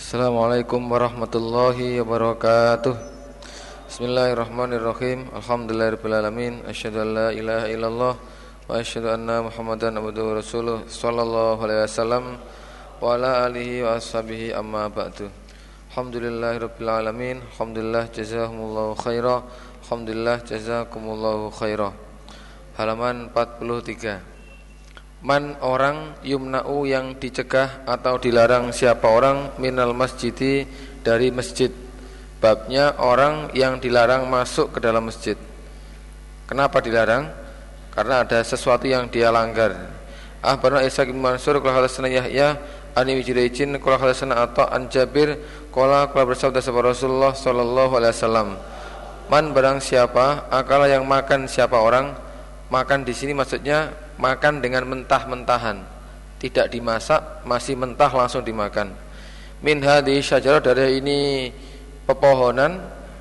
Assalamualaikum warahmatullahi wabarakatuh. Bismillahirrahmanirrahim. Alhamdulillahirrahmanirrahim. Asyhadu an la ilaha illallah wa asyhadu anna Muhammadan abduhu wa rasuluh sallallahu alaihi wasallam wa ala alihi wa ashabihi amma ba'du. Alhamdulillahirabbil alamin. Alhamdulillah jazakumullahu khaira. Alhamdulillah jazakumullahu khaira. Halaman 43. Man orang yumna'u yang dicegah atau dilarang siapa orang minal masjidi dari masjid. Babnya orang yang dilarang masuk ke dalam masjid. Kenapa dilarang? Karena ada sesuatu yang dia langgar. Ahbarana Ishaq bin Mansur qala hadatsana Yahya ani Wijraijin qala hadatsana Atha an Jabir qala bersabda sahabat Rasulullah sallallahu alaihi wasallam. Man barang siapa akala yang makan siapa orang. Makan di sini maksudnya makan dengan mentah-mentahan, tidak dimasak, masih mentah langsung dimakan. Min hadhihi syajarah, dari ini pepohonan.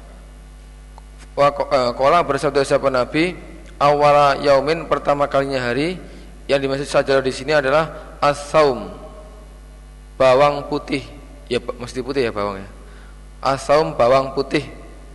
Qala bersabda siapa Nabi, awala yaumin, pertama kalinya hari. Yang dimaksud syajarah di sini adalah as-saum, bawang putih. Ya mesti putih ya bawangnya. As-saum, bawang putih.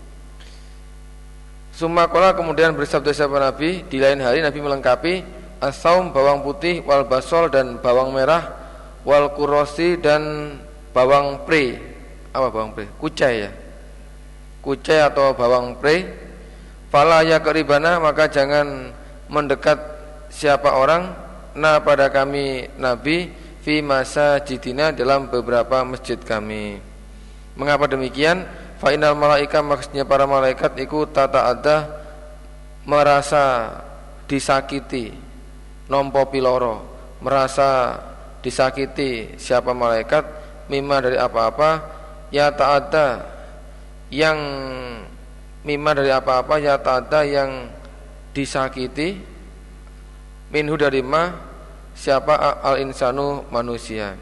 Sumakola, kemudian bersabda siapa Nabi, di lain hari Nabi melengkapi as-saum, bawang putih, wal basol, dan bawang merah, wal kurosi, dan bawang pre. Apa bawang pre? Kucai ya, kucai atau bawang pre. Fala yakribana, maka jangan mendekat siapa orang na pada kami Nabi fi masajidina, dalam beberapa masjid kami. Mengapa demikian? Fa innal malaika, maksudnya para malaikat iku tata'adda, merasa disakiti, nompo piloro, merasa disakiti siapa malaikat, mimma dari apa-apa, ya ta'adda, yang mimma dari apa-apa, ya ta'adda, yang disakiti, minhu dari ma, siapa al insanu, manusia.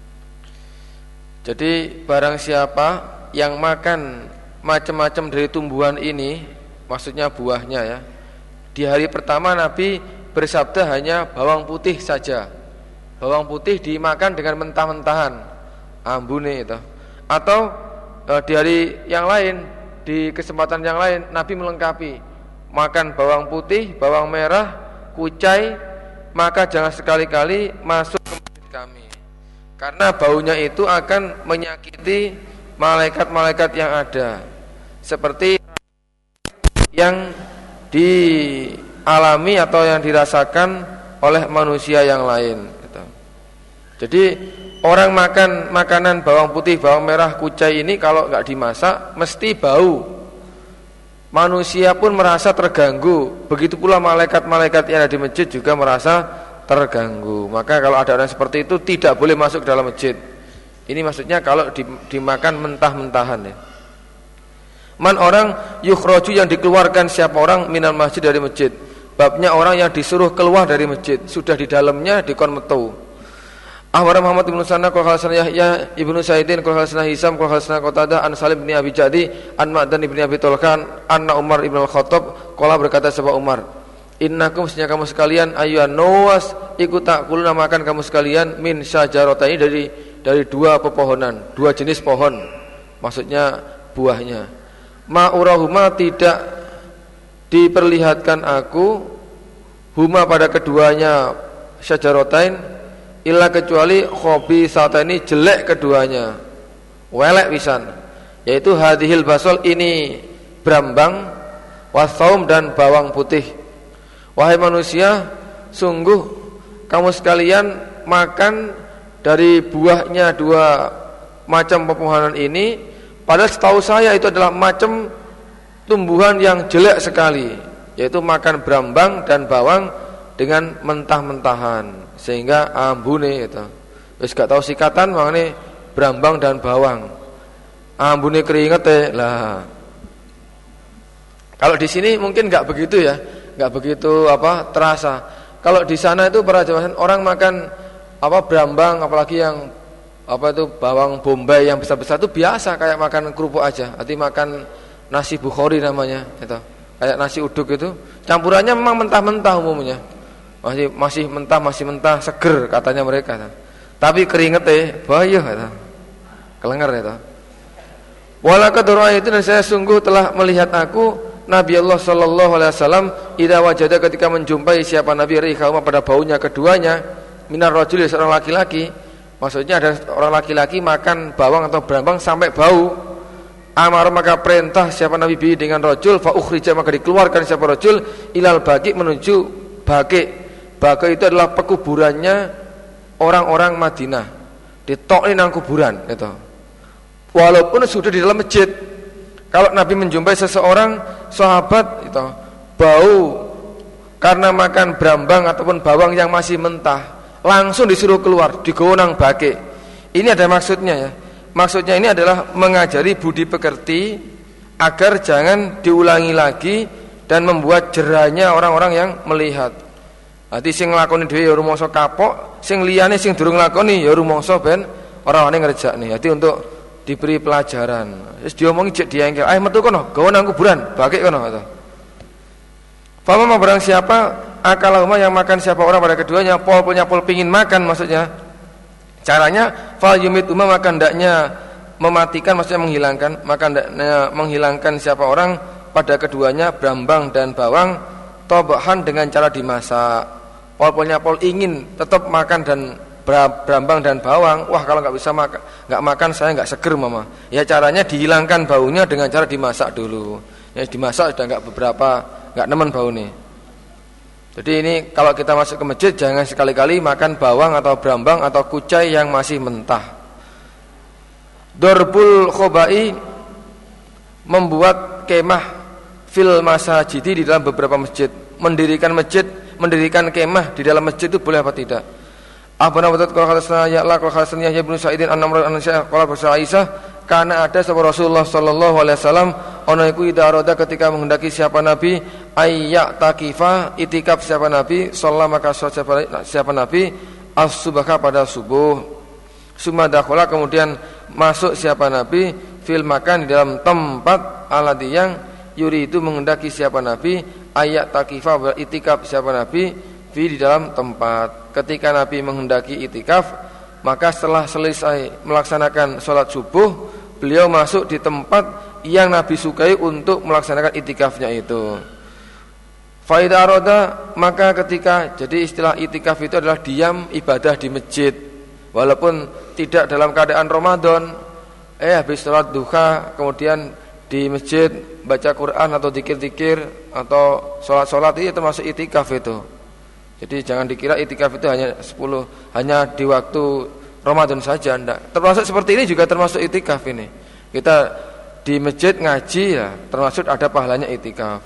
Jadi barang siapa yang makan macam-macam dari tumbuhan ini, maksudnya buahnya ya. Di hari pertama Nabi bersabda hanya bawang putih saja. Bawang putih dimakan dengan mentah-mentahan, ambune itu. Atau di hari yang lain, di kesempatan yang lain Nabi melengkapi, makan bawang putih, bawang merah, kucai, maka jangan sekali-kali masuk ke masjid kami, karena baunya itu akan menyakiti malaikat-malaikat yang ada, seperti yang dialami atau yang dirasakan oleh manusia yang lain gitu. Jadi orang makan makanan bawang putih, bawang merah, kucai ini kalau nggak dimasak mesti bau. Manusia pun merasa terganggu. Begitu pula malaikat-malaikat yang ada di masjid juga merasa terganggu. Maka kalau ada orang seperti itu tidak boleh masuk ke dalam masjid. Ini maksudnya kalau dimakan mentah-mentahan ya. Man orang yukhraju, yang dikeluarkan siapa orang minal masjid, dari masjid. Babnya orang yang disuruh keluar dari masjid, sudah di dalamnya dikon metu. Ahwara Muhammad ibnu Sanna qala hasan Yahya ibnu Sa'idin qala hasan Hisam qala hasan Qatadah an Salim bin Abi Jadi an Ma'dan ibn Abi Tulkan anna Umar ibn al-Khattab qala, berkata sebab Umar, innakum, sesungguhnya kamu sekalian, ayyuhan nawas, ikut takuluna, makan kamu sekalian, min syajarataini, dari dua pepohonan, dua jenis pohon, maksudnya buahnya. Ma'urahuma, tidak diperlihatkan aku, huma pada keduanya syajaratain, illa kecuali khabisataini, jelek keduanya, welek pisan, yaitu hadhil basol, ini brambang, wasaum, dan bawang putih. Wahai manusia, sungguh kamu sekalian makan dari buahnya dua macam pepohonan ini, padahal setahu saya itu adalah macam tumbuhan yang jelek sekali, yaitu makan brambang dan bawang dengan mentah-mentahan, sehingga ambune itu wis gak tahu sikatan mangane brambang dan bawang, ambune keringet lah. Kalau di sini mungkin gak begitu ya, gak begitu terasa. Kalau di sana itu para jemaah orang makan brambang, apalagi yang bawang bombay yang besar-besar itu biasa, kayak makan kerupuk aja. Arti makan nasi bukhori namanya itu. Kayak nasi uduk itu, campurannya memang mentah-mentah umumnya. Masih mentah, seger katanya mereka. Tapi keringetnya bahaya kata. Kelenger itu. Walaqad ra'aitu, dan saya sungguh telah melihat aku Nabi Allah sallallahu alaihi wasallam idza wajada, ketika menjumpai siapa Nabi rihauma pada baunya keduanya minar rajuli, seorang laki-laki. Maksudnya ada orang laki-laki makan bawang atau berambang sampai bau. Amar, maka perintah siapa Nabi bi dengan rajul, fa ukhrija, maka dikeluarkan siapa rajul ilal baqi, menuju baqi. Baqi itu adalah pekuburannya orang-orang Madinah. Ditokni nang kuburan gitu. Walaupun sudah di dalam masjid. Kalau Nabi menjumpai seseorang sahabat itu bau karena makan berambang ataupun bawang yang masih mentah, langsung disuruh keluar, digawa nang baqi. Ini ada maksudnya ya. Maksudnya ini adalah mengajari budi pekerti agar jangan diulangi lagi dan membuat jerahnya orang-orang yang melihat. Nanti sing nglakoni dhewe ya rumangsa kapok, sing liyane sing durung nglakoni ya rumangsa ben ora wani ngerjakne. Jadi untuk diberi pelajaran. Wis diomongi jek diengkel, "Ayo metu kono, gawa nang kuburan, baqi kono." Kata. Fama barang siapa akalahuma, yang makan siapa orang pada keduanya, pol pingin makan maksudnya. Caranya fal yumit umma, maka hendaknya mematikan, maksudnya menghilangkan, maka hendaknya menghilangkan siapa orang pada keduanya berambang dan bawang tobahan dengan cara dimasak. Pol ingin tetap makan dan berambang dan bawang, wah kalau nggak bisa nggak makan saya nggak seger mama. Ya caranya dihilangkan baunya dengan cara dimasak dulu. Ya dimasak sudah nggak nemen bau nih. Jadi ini kalau kita masuk ke masjid jangan sekali-kali makan bawang atau berambang atau kucai yang masih mentah. Dorbul khobai, membuat kemah fil masajidi, di dalam beberapa masjid. Mendirikan kemah di dalam masjid itu boleh apa tidak? Abana watat qala hadatsana ya la qala hadatsana Yahya bin Sa'id an Amr an Syekh qala Aisyah, karena ada sahabat Rasulullah sallallahu alaihi wasallam ana iku idza arada, ketika menghendaki siapa Nabi ayya takifa, itikaf siapa Nabi, sallama maka siapa Nabi as-subha, pada subuh. Summa dakhala, kemudian masuk siapa Nabi fil makan, di dalam tempat alladhi yang yuri, itu menghendaki siapa Nabi ayya takifa, itikaf siapa Nabi di dalam tempat. Ketika Nabi menghendaki itikaf, maka setelah selesai melaksanakan sholat subuh, beliau masuk di tempat yang Nabi sukai untuk melaksanakan itikafnya itu. Faida aroda, maka ketika, jadi istilah itikaf itu adalah diam ibadah di masjid, walaupun tidak dalam keadaan Ramadan. Habis sholat duha kemudian di masjid baca Quran atau zikir-zikir atau sholat-sholat, itu termasuk itikaf itu. Jadi jangan dikira itikaf itu hanya di waktu Ramadan saja, enggak. Termasuk seperti ini juga termasuk itikaf ini. Kita di masjid ngaji ya, termasuk ada pahalanya itikaf.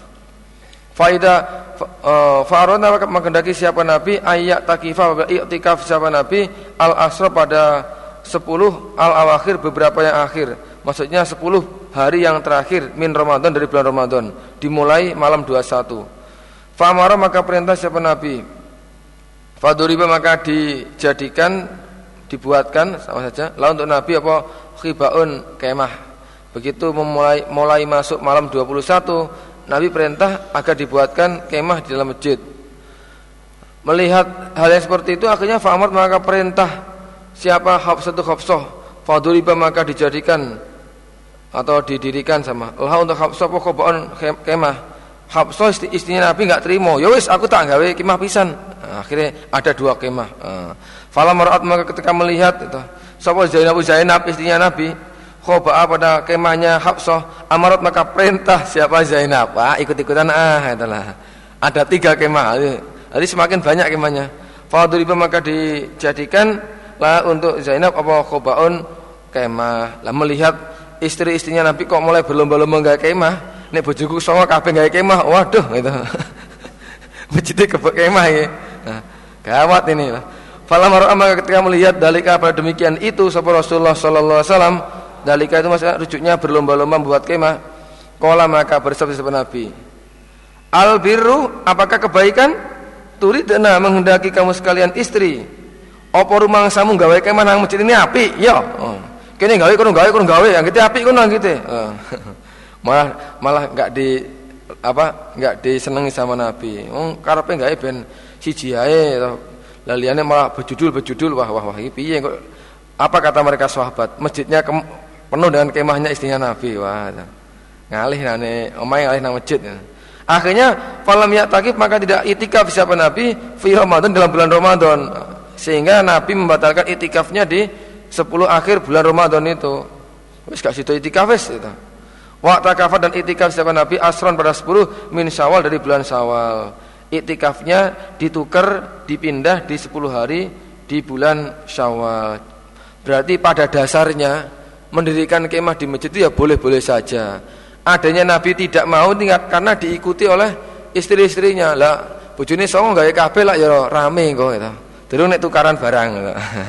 Fa'arona, maka menghendaki siapa Nabi ayat takifa, itikaf siapa Nabi al-asra, pada 10 al-awakhir, beberapa yang akhir. Maksudnya 10 hari yang terakhir min Ramadan, dari bulan Ramadan, dimulai malam 21. Fa'amara, maka perintah siapa Nabi, faduriba, maka dibuatkan sama saja lah untuk Nabi apa khibaun kemah. Begitu mulai masuk malam 21, Nabi perintah agar dibuatkan kemah di dalam masjid. Melihat hal yang seperti itu, akhirnya fa'amar, maka perintah siapa Hafsah, faduriba, maka dijadikan atau didirikan sama lah untuk Hafsah apa khibaun kemah. Hafsah istrinya Nabi enggak terima. Ya wis aku tak gawe kemah pisan. Akhirnya ada 2 kemah. Fala mar'at, maka ketika melihat itu sapa Zainab istrinya Nabi khoba'a, pada kemahnya Hafsah, amarat, maka perintah siapa Zainab, ikut-ikutan itulah. Ada 3 kemah. Jadi semakin banyak kemahnya. Faduriba, maka dijadikan lah untuk Zainab apa khobaun kemah. Lah melihat istri-istrinya Nabi kok mulai berlomba-lomba gawe kemah. Nek bojoku songo kabeh gawe kemah, waduh gitu. Masjid kebek kemah ya. Nah, gawat ini lah. Fala mar'a, maka ketika melihat dalika, pada demikian itu sapa Rasulullah sallallahu alaihi wasallam, dalika itu maksudnya rujuknya berlomba-lomba membuat kemah. Qala, maka bersabda Nabi, al birru, apakah kebaikan? Turidna, menghendaki kamu sekalian istri. Apa rumangsamu gawe kemah nang masjid ini apik? Ya. Kene gawe kono gawe, yang gitu apik kono gitu. Malah enggak disenengi sama Nabi. Karepe gawe ben siji ae, lah liyane malah bejudul, wah iki piye kok Apa kata mereka sahabat? Masjidnya penuh dengan kemahnya istrinya Nabi. Wah, ngalih nane omahe ngalih nang masjid. Akhirnya falam ya'takif, maka tidak itikaf siapa Nabi fi Ramadan, dalam bulan Ramadan. Sehingga Nabi membatalkan itikafnya di 10 akhir bulan Ramadan itu. Wis gak situ itikaf wis gitu. Wa takafat, dan itikaf siapa Nabi asron pada 10 min Syawal, dari bulan Syawal. Itikafnya ditukar, dipindah di 10 hari di bulan Syawal. Berarti pada dasarnya mendirikan kemah di masjid itu ya boleh-boleh saja. Adanya Nabi tidak mau tinggal karena diikuti oleh istri-istrinya. Lah bojone songo gawe kabeh lah ya rame kok gitu. Durung nek tukaran barang gitu.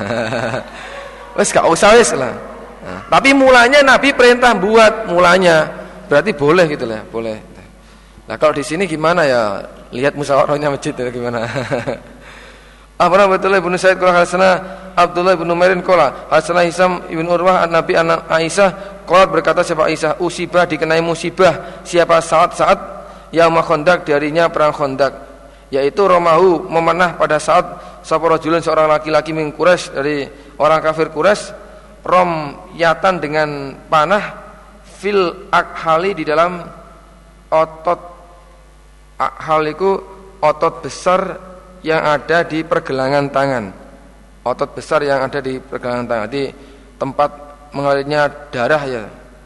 Wis gak usah wis lah. Nah, tapi mulanya Nabi perintah buat mulanya. Berarti boleh gitu lah, boleh. Nah, kalau di sini gimana ya? Lihat musyawarahnya masjid ya gimana. Abraham Abdullah bin Sa'id qala hasana Abdullah bin Umairin qala hasana Hisam ibn Urwah an Nabi an Aisyah qala, berkata siapa Aisyah, usibah, dikenai musibah siapa saat yaumul Khandaq, darinya perang Khandaq, yaitu romahu, memanah pada saat sapa rajulun, seorang laki-laki min Quraisy, dari orang kafir Quraisy, romyatan dengan panah, fil akhali, di dalam otot. Akhal itu otot besar yang ada di pergelangan tangan. Otot besar yang ada di pergelangan tangan, di tempat mengalirnya darah ya.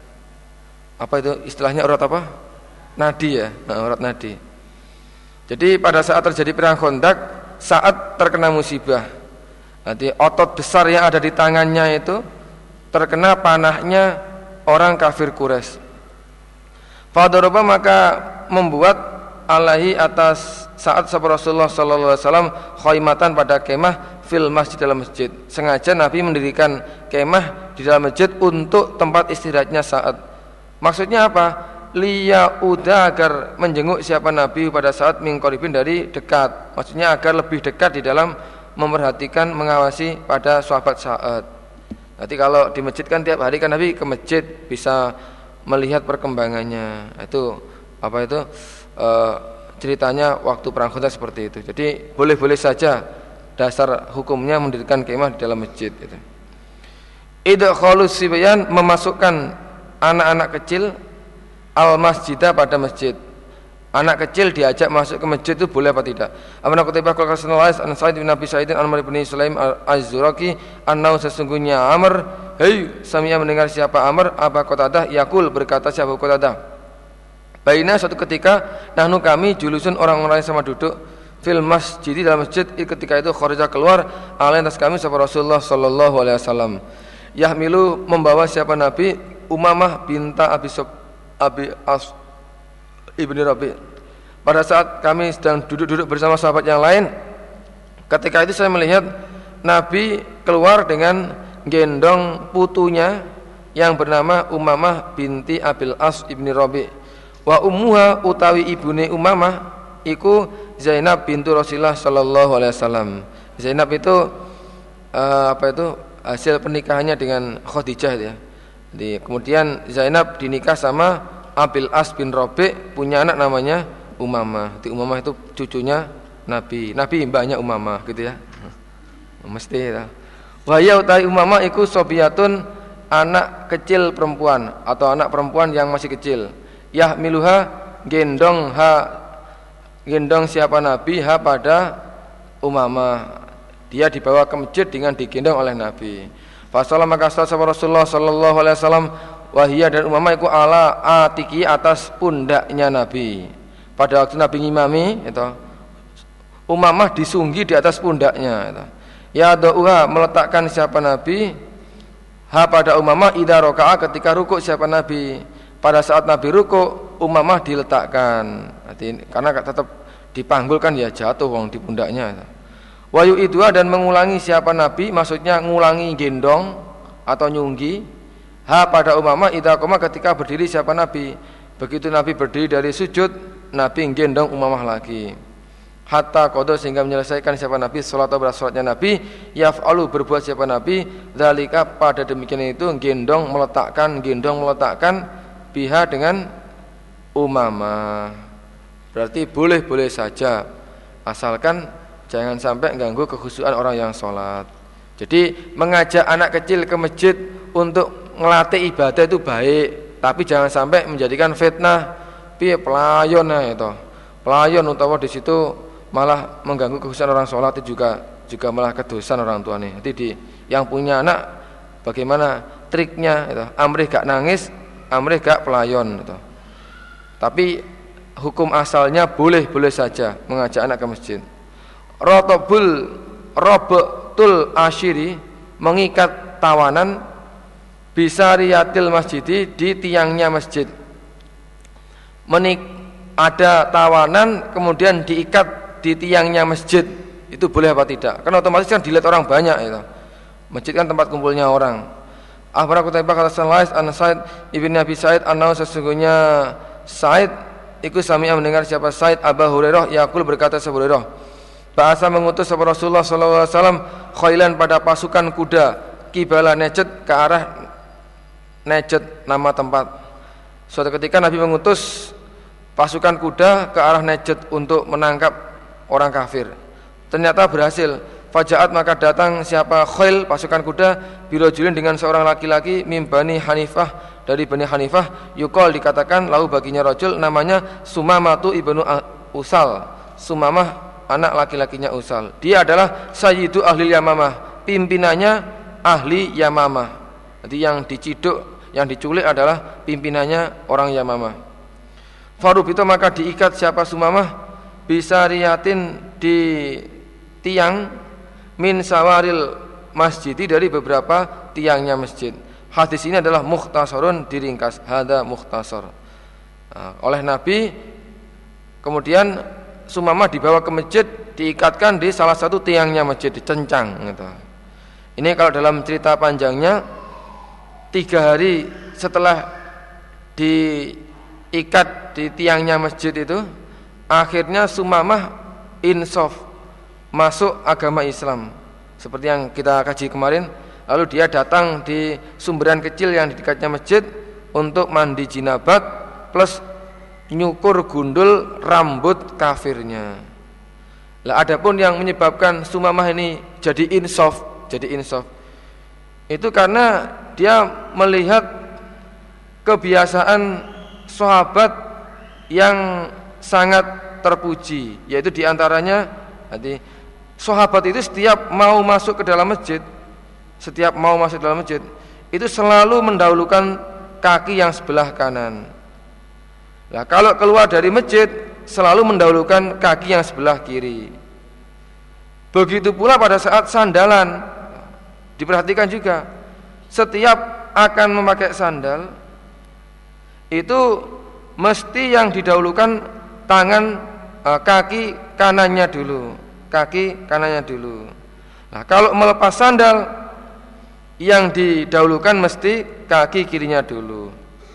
Apa itu istilahnya, urat apa? Nadi ya, urat nadi. Jadi pada saat terjadi perang Khandaq, saat terkena musibah, nanti otot besar yang ada di tangannya itu terkena panahnya orang kafir Quraisy. Fadaraba, maka membuat alaihi, atas saat sahabat Rasulullah sallallahu alaihi wasallam, khaimatan, pada kemah fil masjid, dalam masjid. Sengaja Nabi mendirikan kemah di dalam masjid untuk tempat istirahatnya saat. Maksudnya apa? Liyauda, agar menjenguk siapa Nabi pada saat mingkoribin, dari dekat. Maksudnya agar lebih dekat di dalam memperhatikan, mengawasi pada sahabat saat. Nanti kalau di masjid kan tiap hari kan Nabi ke masjid, bisa melihat perkembangannya. Itu apa itu? Ceritanya waktu perang Khandaq seperti itu. Jadi boleh-boleh saja, dasar hukumnya mendirikan kemah di dalam masjid itu. Idkhalus sibyan, memasukkan anak-anak kecil al masjidah, pada masjid. Anak kecil diajak masuk ke masjid itu boleh apa tidak? Amana kutibah qala sallallahu an Sa'id bin Abi Sa'id an Amr bin Sulaim az-Zuraqi, annau, sesungguhnya Amr, hei sami'a, mendengar siapa Amr, Aba Qatadah yaqul, berkata siapa Qatadah, baina, suatu ketika, nahnu, kami, julusun, orang-orang yang sama duduk, fil masjid, dalam masjid, ketika itu kharaja, keluar, alaih, atas kami siapa Rasulullah sallallahu alaihi wasallam, yahmilu, membawa siapa Nabi, Umamah binta Abi As ibni Rabi. Pada saat kami sedang duduk-duduk bersama sahabat yang lain, ketika itu saya melihat Nabi keluar dengan gendong putunya yang bernama Umamah binti Abil As ibni Rabi. Wa ummuha, utawi ibune Umamah iku Zainab bintu Rasulullah sallallahu alaihi wasallam. Zainab itu hasil pernikahannya dengan Khadijah ya. Jadi kemudian Zainab dinikah sama Abil As bin Rabi, punya anak namanya Umamah. Jadi Umamah itu cucunya Nabi. Nabi mbaknya Umamah gitu ya. Mesti ya. Wa ya utawi Umamah iku sobiyatun, anak kecil perempuan atau anak perempuan yang masih kecil. Yahmiluha, gendong siapa Nabi, pada Umamah. Dia dibawa ke masjid dengan digendong oleh Nabi. Fasallam, maka salat Rasulullah sallallahu alaihi wasallam, wahiyah, dan Umamah iku ala atiki, atas pundaknya Nabi. Pada waktu Nabi ngimami itu, Umamah disunggi di atas pundaknya itu. Ya doa, meletakkan siapa Nabi, pada Umamah idza raka'a, ketika rukuk siapa Nabi. Pada saat Nabi rukuk, Umamah diletakkan. Karena tetap dipanggulkan ya, jatuh wong di pundaknya. Wayu idua, dan mengulangi siapa Nabi, maksudnya ngulangi gendong atau nyunggi, pada Umamah idza qoma, ketika berdiri siapa Nabi. Begitu Nabi berdiri dari sujud, Nabi gendong Umamah lagi. Hatta qada, sehingga menyelesaikan siapa Nabi salat atau salatnya Nabi. Yaf'alu, berbuat siapa Nabi, zalika, pada demikian itu, gendong meletakkan biha, dengan Umamah. Berarti boleh-boleh saja, asalkan jangan sampai ganggu kekhusyuan orang yang sholat. Jadi mengajak anak kecil ke masjid untuk ngelatih ibadah itu baik, tapi jangan sampai menjadikan fitnah. Piye pelayon itu. Pelayon utawa di situ malah mengganggu kekhusyukan orang sholat itu juga malah kedosan orang tuanya. Jadi yang punya anak bagaimana triknya itu. Amrih gak nangis, amrih gak pelayon itu. Tapi hukum asalnya boleh saja mengajak anak ke masjid. Robatul asyiri, mengikat tawanan bisa riyatil masjidi, di tiangnya masjid. Ada tawanan kemudian diikat di tiangnya masjid, itu boleh apa tidak? Karena otomatis kan dilihat orang banyak itu. Masjid kan tempat kumpulnya orang. Akhbarana Qutaibah kata Sa'id an Sa'id ibn Abi Sa'id annahu, sesungguhnya Sa'id iku sami'a mendengar siapa Sa'id Abu Hurairah yaqul, berkata Abu Hurairah, bahasa mengutus sahabat Rasulullah sallallahu alaihi wasallam khailan, pada pasukan kuda, kibala Najd, ke arah Najd nama tempat. Suatu ketika Nabi mengutus pasukan kuda ke arah Najd untuk menangkap orang kafir. Ternyata berhasil. Fajaat, maka datang siapa khail, pasukan kuda, birojulin, dengan seorang laki-laki, mim Bani Hanifah, dari Bani Hanifah, yukol, dikatakan lahu baginya rajul, namanya Sumamatu ibnu Usal. Sumamah anak laki-lakinya Usal. Dia adalah sayyidu ahli Yamamah, pimpinannya ahli Yamamah. Jadi yang diciduk, yang diculik adalah pimpinannya orang Yamamah. Farubito, maka diikat siapa Sumamah, bisariyatin, di tiang, min sawaril masjidi, dari beberapa tiangnya masjid. Hadis ini adalah mukhtasarun, diringkas. Hada mukhtasar. Oleh Nabi, kemudian Sumamah dibawa ke masjid, diikatkan di salah satu tiangnya masjid, dicencang gitu. Ini kalau dalam cerita panjangnya, 3 hari setelah diikat di tiangnya masjid itu, akhirnya Sumamah insaf, masuk agama Islam, seperti yang kita kaji kemarin. Lalu dia datang di sumberan kecil yang di dekatnya masjid untuk mandi jinabat plus nyukur gundul rambut kafirnya. Lah adapun yang menyebabkan Sumamah ini jadi insaf itu karena dia melihat kebiasaan sahabat yang sangat terpuji, yaitu diantaranya nanti sahabat itu setiap mau masuk ke dalam masjid, itu selalu mendahulukan kaki yang sebelah kanan. Nah, kalau keluar dari masjid selalu mendahulukan kaki yang sebelah kiri. Begitu pula pada saat sandalan, diperhatikan juga, setiap akan memakai sandal itu mesti yang didahulukan kaki kanannya dulu. Nah, kalau melepas sandal, yang didahulukan mesti kaki kirinya dulu.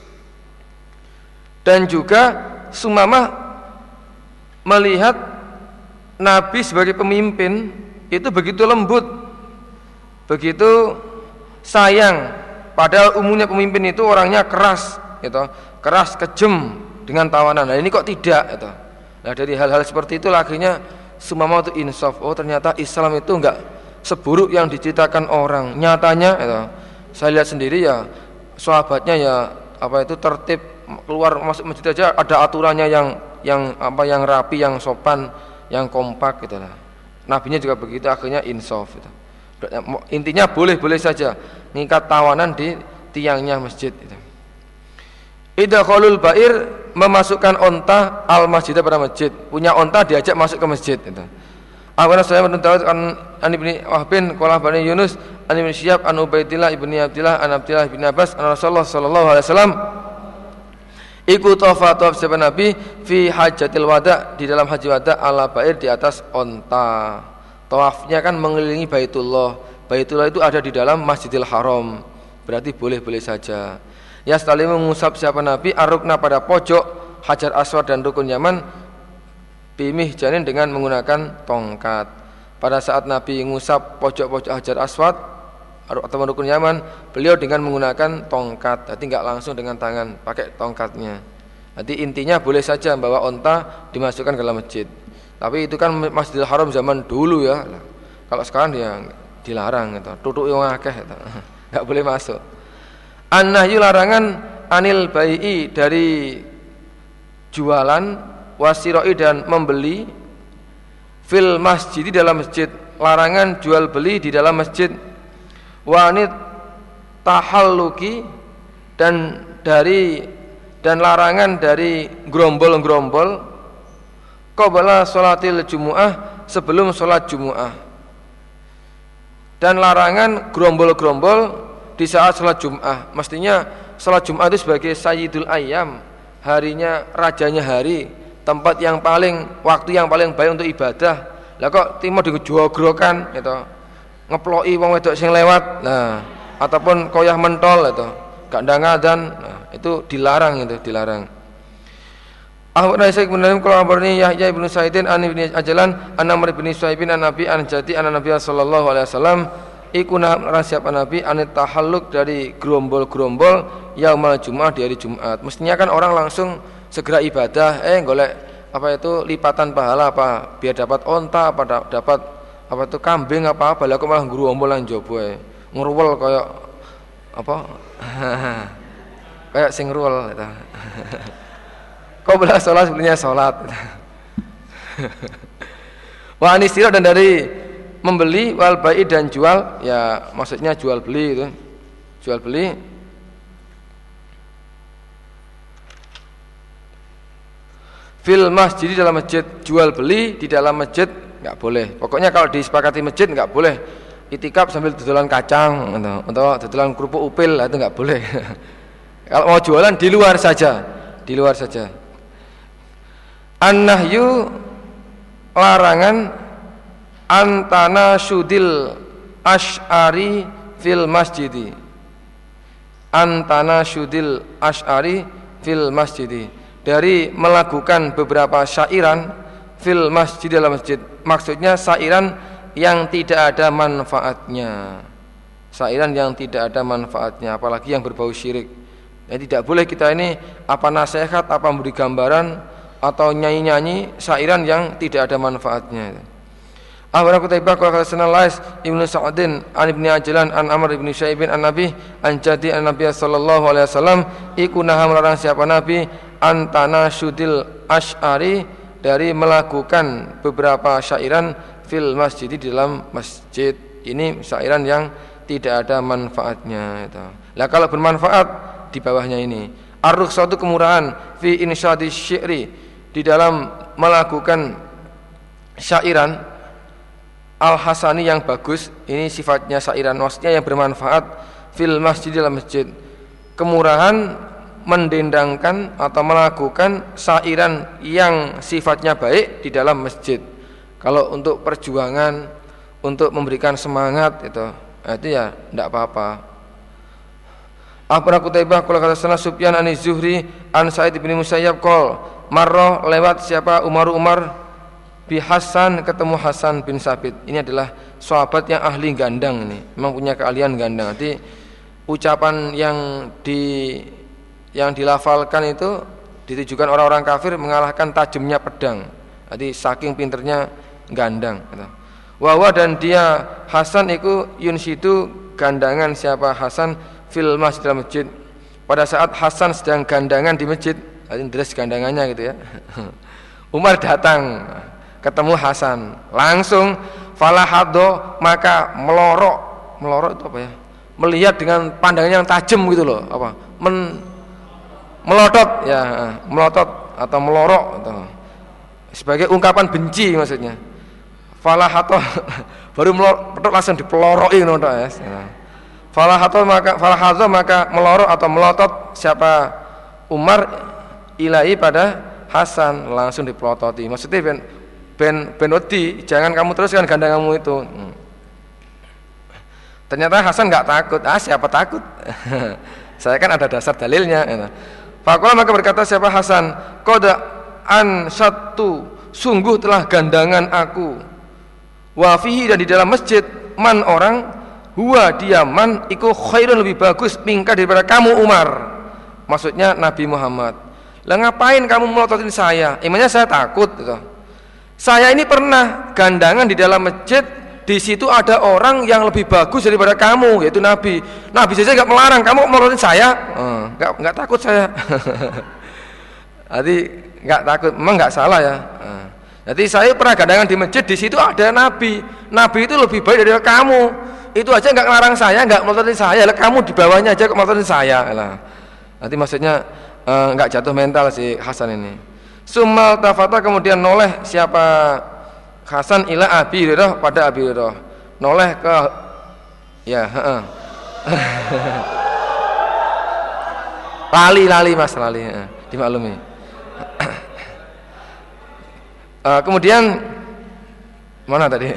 Dan juga Sumamah melihat Nabi sebagai pemimpin itu begitu lembut, begitu sayang. Padahal umumnya pemimpin itu orangnya keras, gitu, keras, kejem dengan tawanan. Nah ini kok tidak, gitu. Nah dari hal-hal seperti itu akhirnya Sumamah itu insaf. Oh ternyata Islam itu enggak seburuk yang diceritakan orang. Nyatanya saya lihat sendiri ya, sahabatnya ya tertib, keluar masuk masjid aja ada aturannya yang rapi, yang sopan, yang kompak gitu lah. Nabinya juga begitu, akhirnya insaf gitu. Intinya boleh saja ngikat tawanan di tiangnya masjid gitu. Idkhalul ba'ir, memasukkan onta al masjid, pada masjid. Punya onta diajak masuk ke masjid gitu. Awana saya menuntut an ibni Wahbin qala bani Yunus an ibni Syihab an Ubaidillah ibni Abdillah an Abdillah bin Abbas an Rasulullah sallallahu alaihi wasallam iku tawaf seban Nabi fi hajatil wada, di dalam haji wada, ala ba'ir, di atas onta. Tawafnya kan mengelilingi Baitullah. Baitullah itu ada di dalam Masjidil Haram, berarti boleh-boleh saja. Ya sekali mengusap siapa Nabi arukna, pada pojok Hajar Aswad dan Rukun Yaman, bimih janin, dengan menggunakan tongkat. Pada saat Nabi mengusap pojok-pojok Hajar Aswad atau Rukun Yaman, beliau dengan menggunakan tongkat, jadi enggak langsung dengan tangan, pakai tongkatnya. Jadi intinya boleh saja bawa onta dimasukkan ke dalam masjid. Tapi itu kan Masjidil Haram zaman dulu ya. Kalau sekarang ya dilarang gitu. Tutuke wong akeh gitu. Enggak boleh masuk. An-nahyu larangan anil bai'i dari jualan wasiroi dan membeli fil masjid di dalam masjid, larangan jual beli di dalam masjid, wanit tahalluki dan larangan dari gerombol-gerombol qabla sholatil jumu'ah sebelum sholat jumu'ah, dan larangan gerombol-gerombol di saat sholat jumu'ah. Mestinya sholat jumu'ah itu sebagai sayyidul ayyam, harinya rajanya hari, tempat yang paling, waktu yang paling baik untuk ibadah. Lah kok timo dijogrokan gitu, ngeploki wong wedok sing lewat, nah ataupun koyah mentol itu, gak ndang adzan, nah itu dilarang, itu dilarang. Ahmad Raisy bin Naim kalau abarni Yahya bin Sa'idin an ibni Ajlan an Amr bin Suhaibin an Nabi an Jati an Nabi sallallahu alaihi wasallam iku siapa Nabi anit tahalluk dari gerombol-gerombol yaumal Jumat di hari Jumat. Mestinya kan orang langsung segera ibadah, golek apa itu lipatan pahala apa biar dapat onta apa dapat apa itu kambing apa lah kok malah gerombol lan jowo ngruwel kayak apa kayak sing ngruwel gitu. Kau belah sholat sebelumnya sholat. Wa anisiro dan dari membeli wal bai dan jual, ya maksudnya jual beli itu, jual beli. Fil masjid di dalam masjid, jual beli di dalam masjid nggak boleh. Pokoknya kalau disepakati masjid nggak boleh. Itikaf sambil dodolan kacang atau dodolan kerupuk upil itu nggak boleh. Kalau mau jualan di luar saja, di luar saja. An-nahyu larangan antana syudil asy'ari fil masjidi. Antana syudil asy'ari fil masjidi. Dari melakukan beberapa syairan fil masjid dalam masjid. Maksudnya syairan yang tidak ada manfaatnya. Syairan yang tidak ada manfaatnya, apalagi yang berbau syirik. Jadi tidak boleh kita ini apa nasihat, apa memberi gambaran atau nyanyi-nyanyi syairan yang tidak ada manfaatnya. Ahmad Qutaibah qala sanal Lais Ibnu Sa'din an Ibni Ajlan an Amr ibn Syaibin an Nabi an Jadi an Nabi sallallahu alaihi wasallam iku naha melarang siapa Nabi antana syudil asy'ari dari melakukan beberapa syairan fil masjid di dalam masjid. Ini syairan yang tidak ada manfaatnya itu. Lah kalau bermanfaat di bawahnya ini ar-rukhsatu kemurahan fi insyadi syi'ri di dalam melakukan syairan al-hasani yang bagus, ini sifatnya syairan maksudnya yang bermanfaat fil masjid dalam masjid. Kemurahan mendendangkan atau melakukan syairan yang sifatnya baik di dalam masjid. Kalau untuk perjuangan, untuk memberikan semangat itu ya tidak apa-apa. Akhbarana Qutaibah qala qala sana Sufyan an Zuhri an Sa'id bin Musayyab qol marrah lewat siapa Umar bi Hasan, ketemu Hasan bin Sabit. Ini adalah sahabat yang ahli gandang ini, memang punya keahlian gandang. Jadi ucapan yang dilafalkan itu ditujukan orang-orang kafir mengalahkan tajamnya pedang. Jadi saking pinternya gandang gitu. Wa dan dia Hasan itu yunsidu gandangan siapa Hasan fil masjid dalam masjid. Pada saat Hasan sedang gandangan di masjid, dress gandangannya gitu ya. Umar datang, ketemu Hasan, langsung falahado maka melorok itu apa ya? Melihat dengan pandangan yang tajam gitu loh, apa? Melotot ya, melotot atau melorok gitu. Sebagai ungkapan benci maksudnya. Falahato baru melorot langsung dipeloroki ngono tok ya. Falahato maka melorot atau melotot siapa Umar ilahi pada Hasan, langsung dipelototi. Maksudnya ben wedi, jangan kamu teruskan gandanganmu itu. Ternyata Hasan enggak takut. Siapa takut? Saya kan ada dasar dalilnya. Faqala maka berkata siapa Hasan, qad an satu sungguh telah gandangan aku. Wa fihi dan di dalam masjid man orang huwa diaman iku khairun lebih bagus mingka daripada kamu Umar. Maksudnya Nabi Muhammad. Lah ngapain kamu melototin saya? Emangnya saya takut gitu. Saya ini pernah gandangan di dalam masjid di situ ada orang yang lebih bagus daripada kamu, yaitu Nabi. Nabi saja nggak melarang, kamu melarang saya? Nggak takut saya. Jadi nggak takut, memang nggak salah ya. Jadi saya pernah gandangan di masjid, di situ ada Nabi. Nabi itu lebih baik dari kamu. Itu aja nggak ngelarang saya, nggak melototin saya. Lah kamu di bawahnya aja kok melototin saya. Lah. Nanti maksudnya nggak jatuh mental si Hasan ini. Sumal tafata, kemudian noleh siapa Hasan ila Abi Hurairah, pada Abi Hurairah. Noleh ke ya, lali Mas, dimaklumi. Kemudian mana tadi?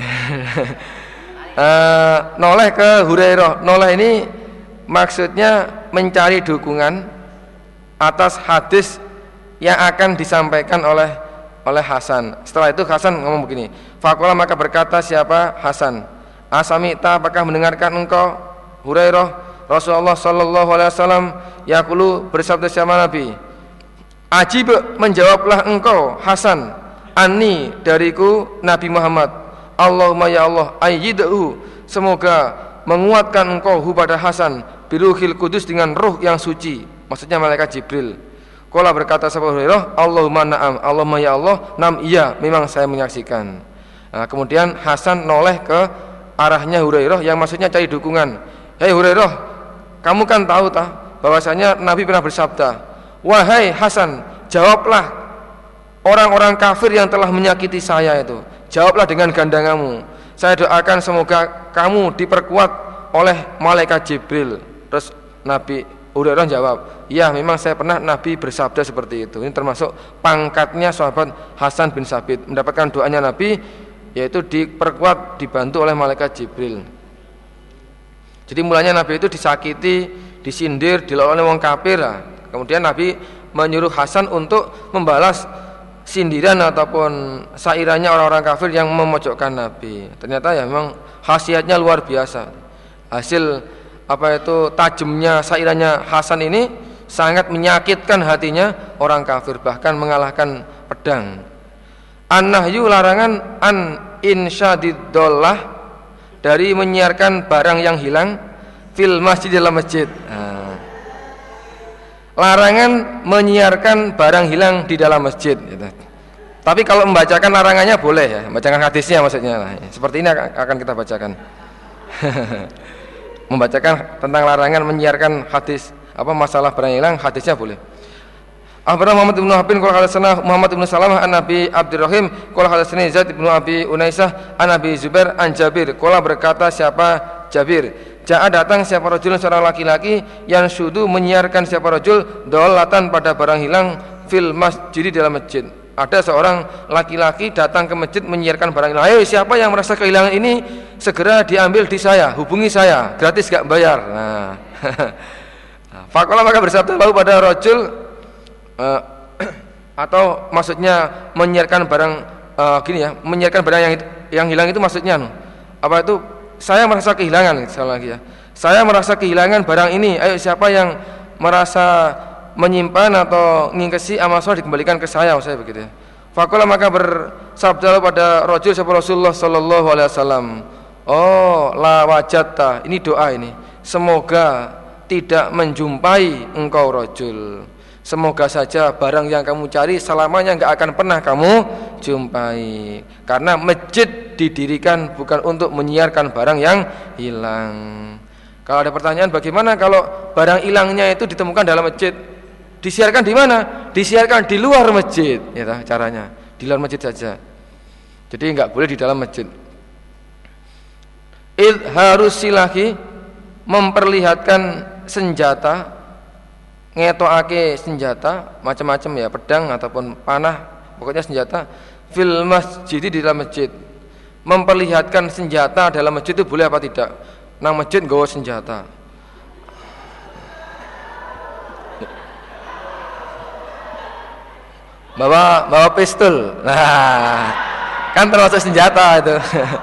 Noleh ke Hurairah. Noleh ini maksudnya mencari dukungan atas hadis yang akan disampaikan oleh Hasan. Setelah itu Hasan ngomong begini, faqala, maka berkata siapa Hasan, asamita, apakah mendengarkan engkau Hurairah Rasulullah sallallahu alaihi wasallam yaqulu, bersabda siapa Nabi, ajib, menjawablah engkau Hasan, ani, dariku Nabi Muhammad, Allahumma ya Allah, ayyidahu, semoga menguatkan engkau hu pada Hasan, biruhil kudus, dengan ruh yang suci, maksudnya malaikat Jibril. Qala, berkata sahabat Hurairah, Allahumma na'am, Allahumma ya Allah, nam, iya, memang saya menyaksikan. Nah, kemudian Hasan noleh ke arahnya Hurairah yang maksudnya cari dukungan. Hei Hurairah, kamu kan tahu bahwasanya Nabi pernah bersabda, wahai Hasan, jawablah orang-orang kafir yang telah menyakiti saya itu, jawablah dengan gandanganmu. Saya doakan semoga kamu diperkuat oleh malaikat Jibril. Terus Nabi Hurairah jawab, ya memang saya pernah Nabi bersabda seperti itu. Ini termasuk pangkatnya sahabat Hasan bin Sabit, mendapatkan doanya Nabi, yaitu diperkuat, dibantu oleh malaikat Jibril. Jadi mulanya Nabi itu disakiti, disindir, dilawan oleh orang kafir. Kemudian Nabi menyuruh Hasan untuk membalas sindiran ataupun sairannya orang-orang kafir yang memojokkan Nabi. Ternyata ya memang khasiatnya luar biasa. Hasil tajamnya sairannya Hasan ini sangat menyakitkan hatinya orang kafir, bahkan mengalahkan pedang. An-nahyu, larangan, an insyadidollah, dari menyiarkan barang yang hilang, fil masjid, dalam masjid. Larangan menyiarkan barang hilang di dalam masjid gitu. Tapi kalau membacakan larangannya boleh ya, membacakan hadisnya maksudnya. Seperti ini akan kita bacakan. Membacakan tentang larangan menyiarkan hadis masalah barang hilang, hadisnya boleh. Akhbarana Muhammad bin Habib qala hadatsana Muhammad bin Salamah an Nabi Abdurrahim qala hadatsani Zaid bin Abi Unaisah an Nabi Zubair an Jabir qala, berkata siapa Jabir, jaa, datang siapa rajul, seorang laki-laki, yang syudu, menyiarkan siapa rajul, dolatan, pada barang hilang, fil masjid, dalam masjid. Ada seorang laki-laki datang ke masjid menyiarkan barang hilang. Ayo, siapa yang merasa kehilangan ini, segera diambil di saya, hubungi saya, gratis, gak bayar. Nah, faqala, maka bersabda lalu pada rajul, atau maksudnya menyiarkan barang menyiarkan barang yang hilang itu maksudnya itu, saya merasa kehilangan, sekali lagi ya, saya merasa kehilangan barang ini. Ayo, siapa yang merasa menyimpan atau ngingkesi amal soleh, dikembalikan ke saya begitu ya. Faqala, maka bersabda pada rajul siapa Rasulullah sallallahu alaihi wasallam, oh la wajatta, ini doa ini, semoga tidak menjumpai engkau rajul, semoga saja barang yang kamu cari selamanya enggak akan pernah kamu jumpai. Karena masjid didirikan bukan untuk menyiarkan barang yang hilang. Kalau ada pertanyaan, bagaimana kalau barang hilangnya itu ditemukan dalam masjid? Disiarkan di mana? Disiarkan di luar masjid, ya caranya. Di luar masjid saja. Jadi enggak boleh di dalam masjid. Harus silahi, memperlihatkan senjata, ngetokake senjata macam-macam ya, pedang ataupun panah, pokoknya senjata, fil masjid, di dalam masjid. Memperlihatkan senjata dalam masjid itu boleh apa tidak? Nang masjid nggawa senjata. Bawa pistol. Nah, kan termasuk senjata itu.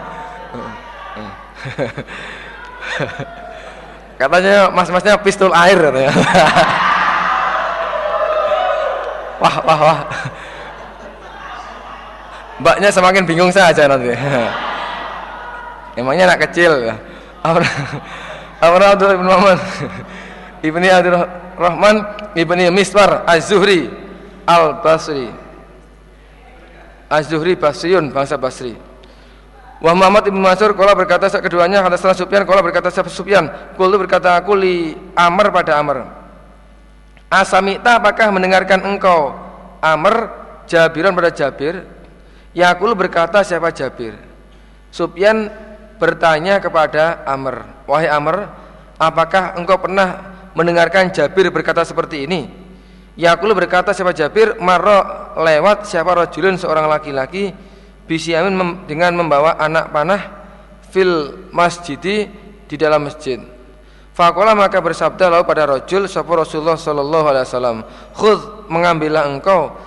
Katanya mas-masnya pistol air katanya. Wah. Mbaknya semakin bingung saja nanti. Emangnya anak kecil ya. Amr Abdullah bin Muhammad ibni Abdurrahman ibni Miswar Az-Zuhri Al-Basri. Az-Zuhri Basriun, bangsa Basri. Wa Muhammad ibn Mansur qala berkata keduanya hadatsana Sufyan qala berkata Sufyan qultu berkata aku li Amr pada Amr. Asamita apakah mendengarkan engkau Amr Jabiran pada Jabir? Yaqul berkata siapa Jabir? Sufyan bertanya kepada Amr, wahai Amr, apakah engkau pernah mendengarkan Jabir berkata seperti ini? Yaqul berkata siapa Jabir? Marra lewat siapa rajulun seorang laki-laki bisiamin dengan membawa anak panah fil masjidi di dalam masjid. Faqala maka bersabda lalu pada rajul sapa Rasulullah sallallahu alaihi wasallam, "Khudh mengambillah engkau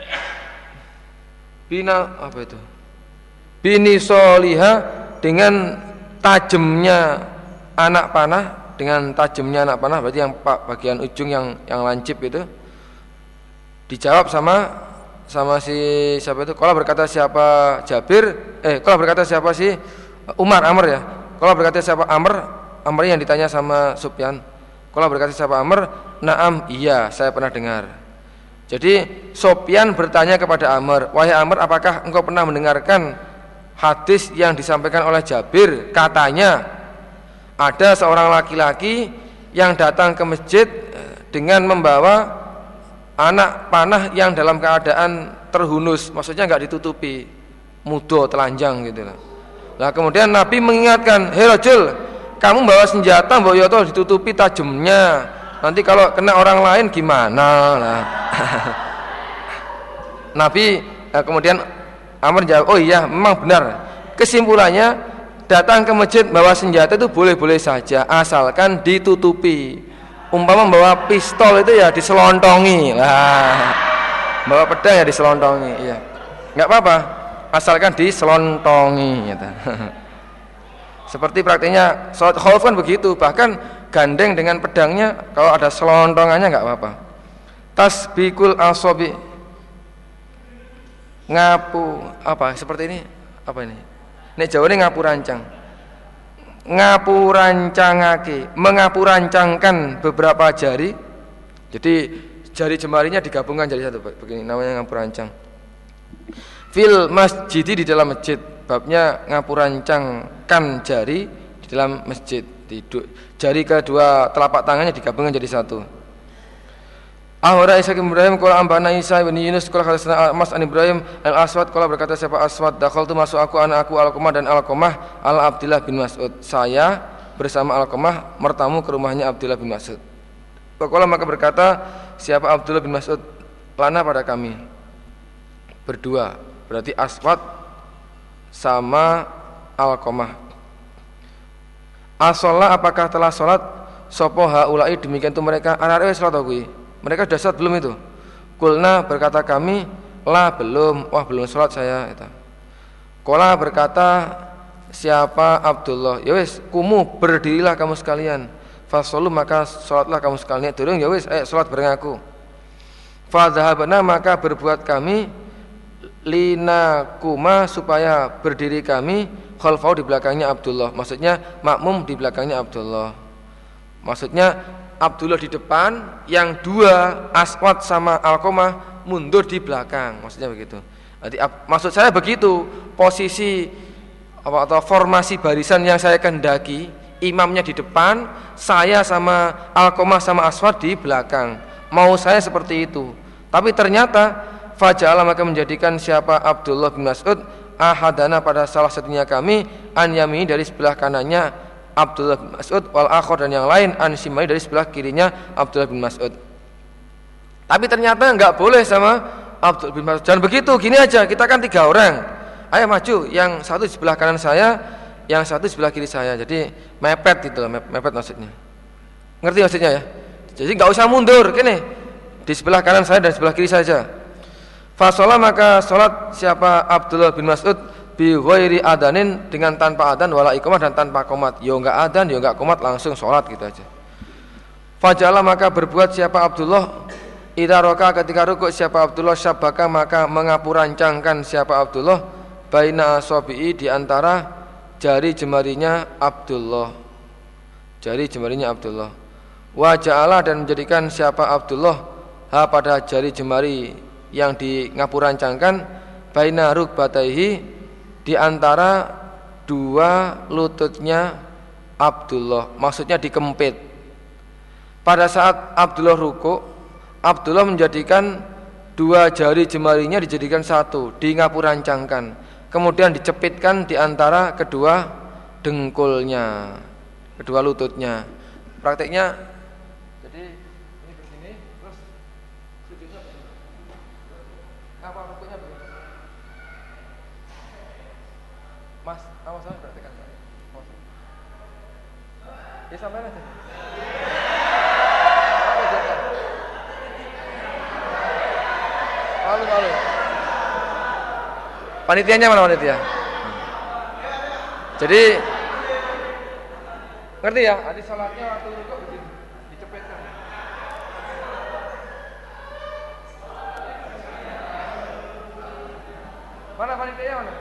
bina apa itu? Bini soliha dengan tajamnya anak panah, dengan tajamnya anak panah berarti yang bagian ujung yang lancip itu." Dijawab sama si siapa itu? Qala berkata siapa Jabir? Qala berkata siapa si Umar Amr ya. Qala berkata siapa Amr yang ditanya sama Sufyan. Qala berkata siapa Amr? Naam, iya, saya pernah dengar. Jadi Sufyan bertanya kepada Amr, wahai Amr, apakah engkau pernah mendengarkan hadis yang disampaikan oleh Jabir? Katanya ada seorang laki-laki yang datang ke masjid dengan membawa anak panah yang dalam keadaan terhunus, maksudnya enggak ditutupi, mudo, telanjang gitu lah. Nah, kemudian Nabi mengingatkan, "Hei rajul, kamu bawa senjata, bawa yoto ditutupi tajamnya. Nanti kalau kena orang lain gimana?" Nah. Nabi kemudian Amr jawab, "Oh iya, memang benar." Kesimpulannya, datang ke masjid bawa senjata itu boleh-boleh saja asalkan ditutupi. Umpama bawa pistol itu ya diselontongi lah, bawa pedang ya diselontongi, iya, nggak apa-apa, asalkan diselontongi. Gitu. Seperti praktiknya sholat khauf kan begitu, bahkan gandeng dengan pedangnya, kalau ada selontongannya nggak apa-apa. Tasbikul asobi, ngapu apa? Seperti ini, apa ini? Nek Jawa ini ngapu rancang. Ngapurancangake, mengapurancangkan beberapa jari. Jadi jari jemarinya digabungkan jadi satu, begini namanya ngapurancang. Fil masjid di dalam masjid, babnya ngapurancangkan jari di dalam masjid. Jari kedua telapak tangannya digabungkan jadi satu. Ahwara Isa bin Ibrahim qala ambana Isa bin Yunus qala hadatsana Mas an Ibrahim al-Aswad qala berkata siapa Aswad dakhaltu masuk aku anak aku Alqamah dan Alqamah al Abdullah bin Mas'ud. Saya bersama Alqamah bertamu ke rumahnya Abdullah bin Mas'ud. Qala maka berkata siapa Abdullah bin Mas'ud lana pada kami berdua, berarti Aswad sama Alqamah. As-shalah apakah telah salat sapa haula'i demikian itu mereka arek salat kuwi. Mereka sudah sholat belum itu? Kulna berkata kami, lah belum, wah belum sholat saya. Kola berkata siapa Abdullah, ya wis, kumu berdirilah kamu sekalian. Fasolu maka sholatlah kamu sekalian. Durung ya wis, sholat bareng aku. Fadhahabna maka berbuat kami lina kuma supaya berdiri kami khalfau di belakangnya Abdullah. Maksudnya makmum di belakangnya Abdullah. Maksudnya Abdullah di depan, yang dua Aswad sama Alqamah mundur di belakang, maksudnya begitu. Jadi maksud saya begitu, posisi atau formasi barisan yang saya kehendaki, imamnya di depan, saya sama Alqamah sama Aswad di belakang. Mau saya seperti itu. Tapi ternyata faja'ala maka menjadikan siapa Abdullah bin Mas'ud ahadana pada salah satunya kami an yamini dari sebelah kanannya Abdullah bin Mas'ud wal akhir dan yang lain an simai dari sebelah kirinya Abdullah bin Mas'ud. Tapi ternyata enggak boleh sama Abdullah bin Mas'ud. Jangan begitu, gini aja, kita kan 3 orang. Ayo maju, yang satu di sebelah kanan saya, yang satu di sebelah kiri saya. Jadi mepet itu, mepet maksudnya. Ngerti maksudnya ya? Jadi enggak usah mundur, gini. Di sebelah kanan saya dan sebelah kiri saja. Fa shalah maka salat siapa Abdullah bin Mas'ud bi ghairi adanin dengan tanpa adan wala iqamah dan tanpa qomat. Yo enggak adan, yo enggak qomat, langsung salat gitu aja. Fajala maka berbuat siapa Abdullah idza raka ketika rukuk siapa Abdullah syabaka maka mengapurancangkan siapa Abdullah baina asabi'i di antara jari jemarinya Abdullah. Jari jemarinya Abdullah. Wa ja'ala dan menjadikan siapa Abdullah ha pada jari jemari yang di ngapurancangkan baina rukbataihi di antara dua lututnya Abdullah. Maksudnya dikempit. Pada saat Abdullah ruku', Abdullah menjadikan dua jari jemarinya dijadikan satu, di ngapurancangkan. Kemudian dicepitkan di antara kedua dengkulnya, kedua lututnya. Prakteknya jadi ini begini, terus sujudnya apa rukuknya begini. Mas, awas saya praktekkan. Ya sampai aja. Malu. Panitianya mana panitia? Jadi ngerti ya? Adi salatnya waktu rukuk begini, dicepetkan. Mana panitianya mana?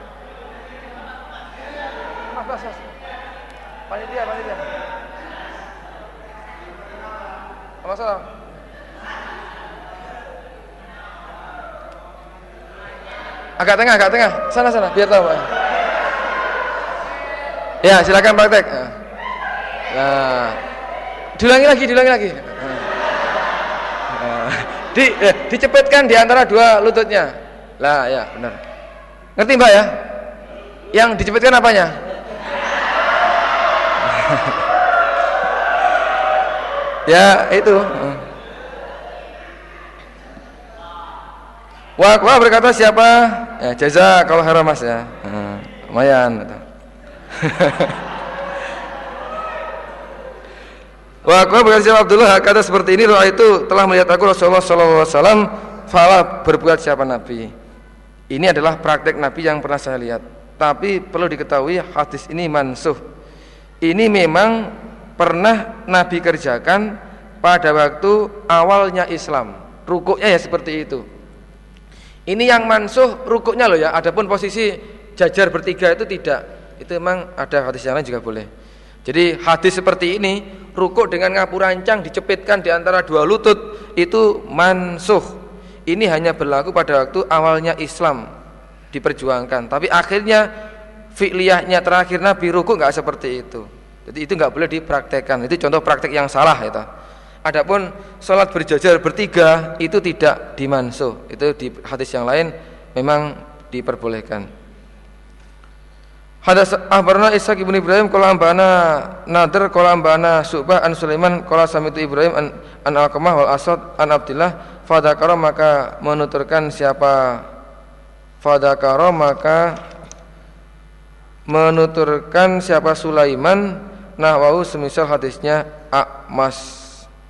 Mas. Panitia. Masalah. Agak tengah. Sana, biar tahu Pak. Ya, silakan praktek. Nah, diulangi lagi. Dicepetkan di antara dua lututnya. Lah, ya benar. Ngerti Mbak ya? Yang dicepetkan apanya? Ya, itu. Wa berkata siapa? Ya, jazakallahu khairan Mas ya. Lumayan. Wa berkata siapa Abdullah kata seperti ini, doa itu telah melihat aku Rasulullah sallallahu alaihi wasallam, fala berbuat siapa Nabi. Ini adalah praktek Nabi yang pernah saya lihat. Tapi perlu diketahui hadis ini mansuh. Ini memang pernah Nabi kerjakan pada waktu awalnya Islam. Rukuknya ya seperti itu. Ini yang mansuh rukuknya loh ya. Adapun posisi jajar bertiga itu tidak. Itu memang ada hadis yang lain juga boleh. Jadi hadis seperti ini, rukuk dengan ngapurancang dicepitkan di antara dua lutut, itu mansuh. Ini hanya berlaku pada waktu awalnya Islam diperjuangkan. Tapi akhirnya fi'liyahnya terakhir Nabi rukuk enggak seperti itu. Jadi itu enggak boleh dipraktekkan. Itu contoh praktek yang salah itu. Adapun sholat berjajar bertiga itu tidak dimansuh. Itu di hadis yang lain memang diperbolehkan. Hadas akhbarana Ishaq ibn Ibrahim qala ambana Nadir qala ambana Syu'bah an Sulaiman qala sami'tu Ibrahim an Alqamah wal Asad an Abdillah fadzakara maka menuturkan siapa Sulaiman nahwahu semisal hadisnya A'mas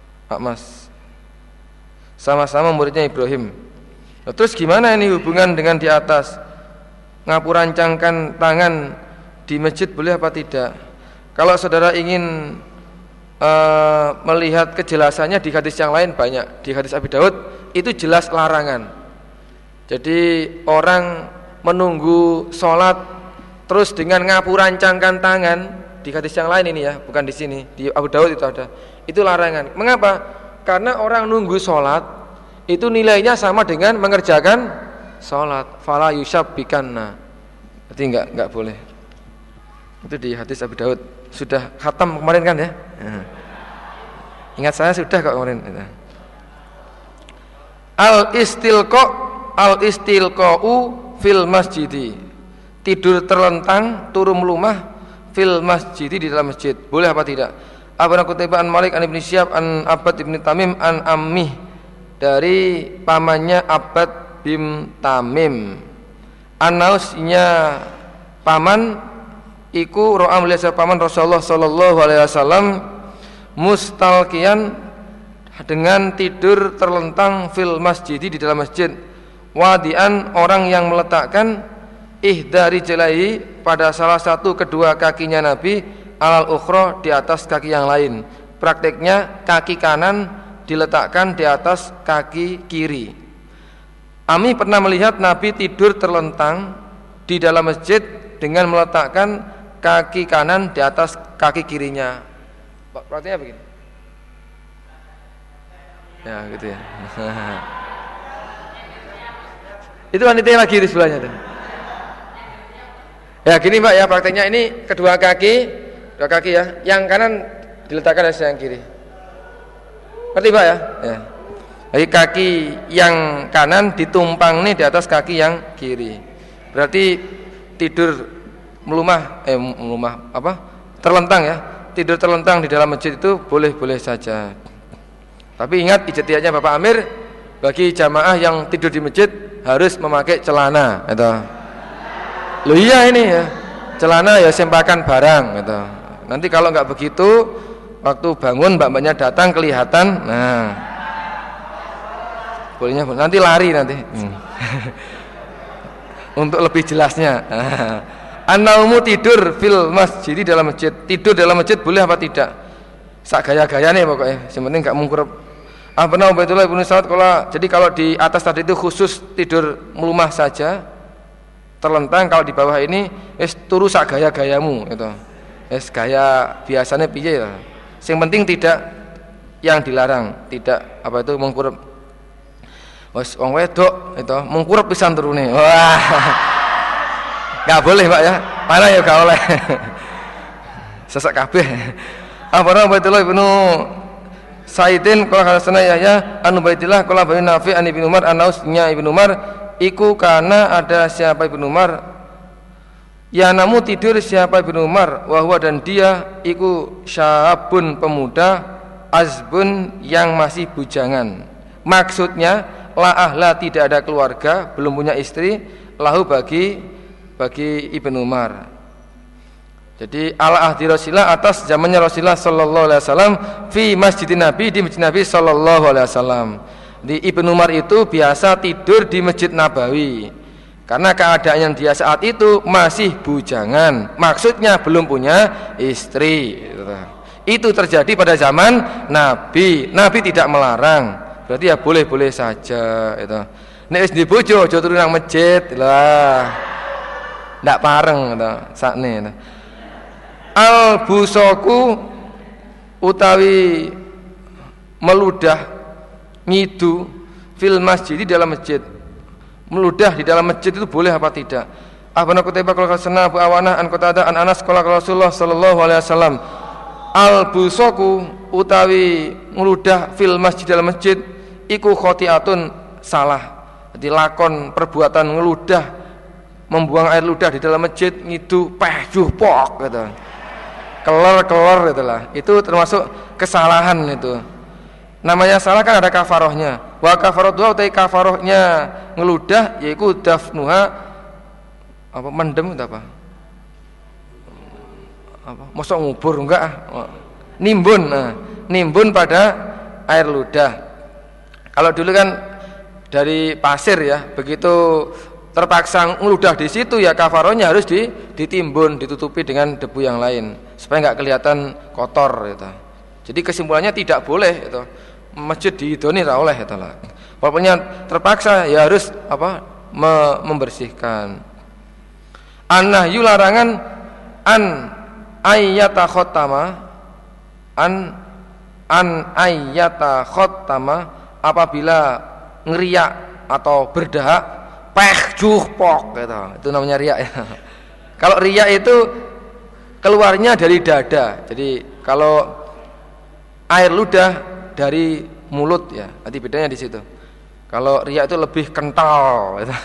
sama-sama muridnya Ibrahim. Terus gimana ini hubungan dengan di atas? Ngapurancangkan tangan di masjid boleh apa tidak? Kalau saudara ingin melihat kejelasannya di hadis yang lain banyak. Di hadis Abi Daud itu jelas larangan. Jadi orang menunggu sholat terus dengan ngapurancangkan tangan, di hadis yang lain ini ya, bukan di sini. Di Abu Daud itu ada. Itu larangan. Mengapa? Karena orang nunggu sholat itu nilainya sama dengan mengerjakan sholat. Fala yusabbikanna. Berarti enggak boleh. Itu di hadis Abu Daud. Sudah khatam kemarin kan ya? Ingat saya sudah kok kemarin. Al-istilqa'u fil masjidi. Tidur terlentang, turu melumah fil masjidi di dalam masjid. Boleh apa tidak? Abana Qutaibah an Malik an Ibnu Syihab an Abbad ibn Tamim an Ammih, dari pamannya Abbad bin Tamim. Anausnya paman iku ro'a melihat paman Rasulullah sallallahu alaihi wasallam mustalqiyan dengan tidur terlentang fil masjidi di dalam masjid, wadian orang yang meletakkan ihdari jelai pada salah satu kedua kakinya Nabi alal ukhra di atas kaki yang lain. Prakteknya kaki kanan diletakkan di atas kaki kiri. Ami pernah melihat Nabi tidur terlentang di dalam masjid dengan meletakkan kaki kanan di atas kaki kirinya. Praktiknya begini. Ya gitu ya. Itu wanita lagi di sebelahnya tuh. Ya gini Mbak ya, prakteknya ini dua kaki ya, yang kanan diletakkan di yang kiri. Ngerti Mbak ya? Ya. Jadi kaki yang kanan ditumpang nih di atas kaki yang kiri. Berarti tidur melumah terlentang ya. Tidur terlentang di dalam masjid itu boleh-boleh saja. Tapi ingat ijtihadnya Bapak Amir, bagi jamaah yang tidur di masjid harus memakai celana gitu. Loh iya ini ya. Celana ya sempakan barang gitu. Nanti kalau enggak begitu, waktu bangun mbak-mbaknya datang kelihatan, nah bolehnya nanti lari nanti. Untuk lebih jelasnya. An-naumu tidur fil masjid, di dalam masjid. Tidur dalam masjid boleh apa tidak? Sak gaya-gaya nih pokoknya. Yang penting enggak mungkur. Benar Ubaidullah bin Sa'ad jadi kalau di atas tadi itu khusus tidur melumah saja, terlentang. Kalau di bawah ini turu sak gaya-gayamu gitu. Gaya biasanya piye ya. Yang penting tidak yang dilarang, tidak mengkurep. Wes wong wedok itu mengkurep pisan turune. Wah. Enggak boleh, Pak ya. Mana ya enggak oleh. Sesek kabeh. Apa Ubaidullah bin Saidin qala hasana Yahya an Ubaidillah qala bin Nafi an Ibnu Umar anausnya Ibnu Umar iku kana ada siapa Ibnu Umar ya namu tidur siapa Ibnu Umar wahwa dan dia iku syabun pemuda azbun yang masih bujangan. Maksudnya la ahla tidak ada keluarga, belum punya istri, lahu bagi Ibnu Umar. Jadi ala ahdi Rasulullah atas zamannya Rasulullah sallallahu alaihi wasallam fi masjidin Nabi, di masjid Nabi sallallahu alaihi wasallam. Di Ibnu Umar itu biasa tidur di Masjid Nabawi. Karena keadaan dia saat itu masih bujangan. Maksudnya belum punya istri. Itu terjadi pada zaman Nabi. Nabi tidak melarang. Berarti ya boleh-boleh saja itu. Nek wis di bojo aja turu nang masjid lah. Ndak pareng to sakne. Al-busoku utawi meludah ngidu fil masjid, di dalam masjid. Meludah di dalam masjid itu boleh apa tidak? Abana Qutaibah qala sana Abu Awanah an Qatadah an Anas qala Rasulullah sallallahu alaihi wasallam al-busoku utawi meludah fil masjid, dalam masjid iku khotiatun, salah. Jadi lakon perbuatan ngeludah, membuang air ludah di dalam masjid, ngidu pok gitu. Keler itulah. Itu termasuk kesalahan itu. Namanya salah kan ada kafarohnya. Wa kafaroh utai kafarohnya ngeludah yaitu dafnuha mendem itu apa? Mosok ngubur enggak nimbun. Nimbun pada air ludah. Kalau dulu kan dari pasir ya, begitu terpaksa ngeludah di situ ya kafarohnya harus ditimbun, ditutupi dengan debu yang lain supaya enggak kelihatan kotor gitu. Jadi kesimpulannya tidak boleh itu. Masjid diidoni ra oleh itu lah. Walaupun terpaksa ya harus membersihkan. An-nahyu larangan an ayyata khattama apabila ngeriak atau berdahak pok gitu. Itu namanya riak ya. Kalau riak itu keluarnya dari dada. Jadi kalau air ludah dari mulut ya. Nanti bedanya di situ. Kalau riak itu lebih kental gitu.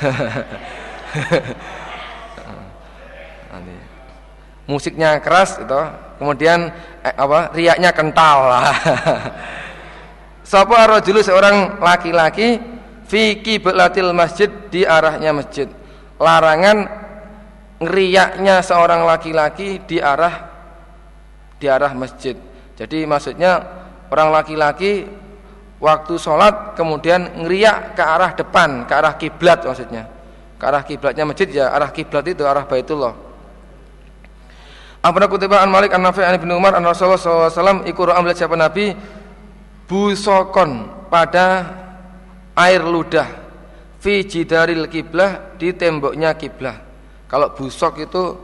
Musiknya keras itu, kemudian riaknya kental. Sapa rajulu, seorang laki-laki fi qiblatil masjid, di arahnya masjid. Larangan ngeriaknya seorang laki-laki di arah masjid. Jadi maksudnya orang laki-laki waktu sholat kemudian ngeriak ke arah depan, ke arah kiblat maksudnya. Ke arah kiblatnya masjid ya, arah kiblat itu arah Baitullah. Abna Qutaibah an Malik an Nafi' an Ibnu Umar an Rasulullah sallallahu alaihi wasallam iku ra'a melihat siapa Nabi busokon pada air ludah fi jidaril kiblah, di temboknya kiblah. Kalau busok itu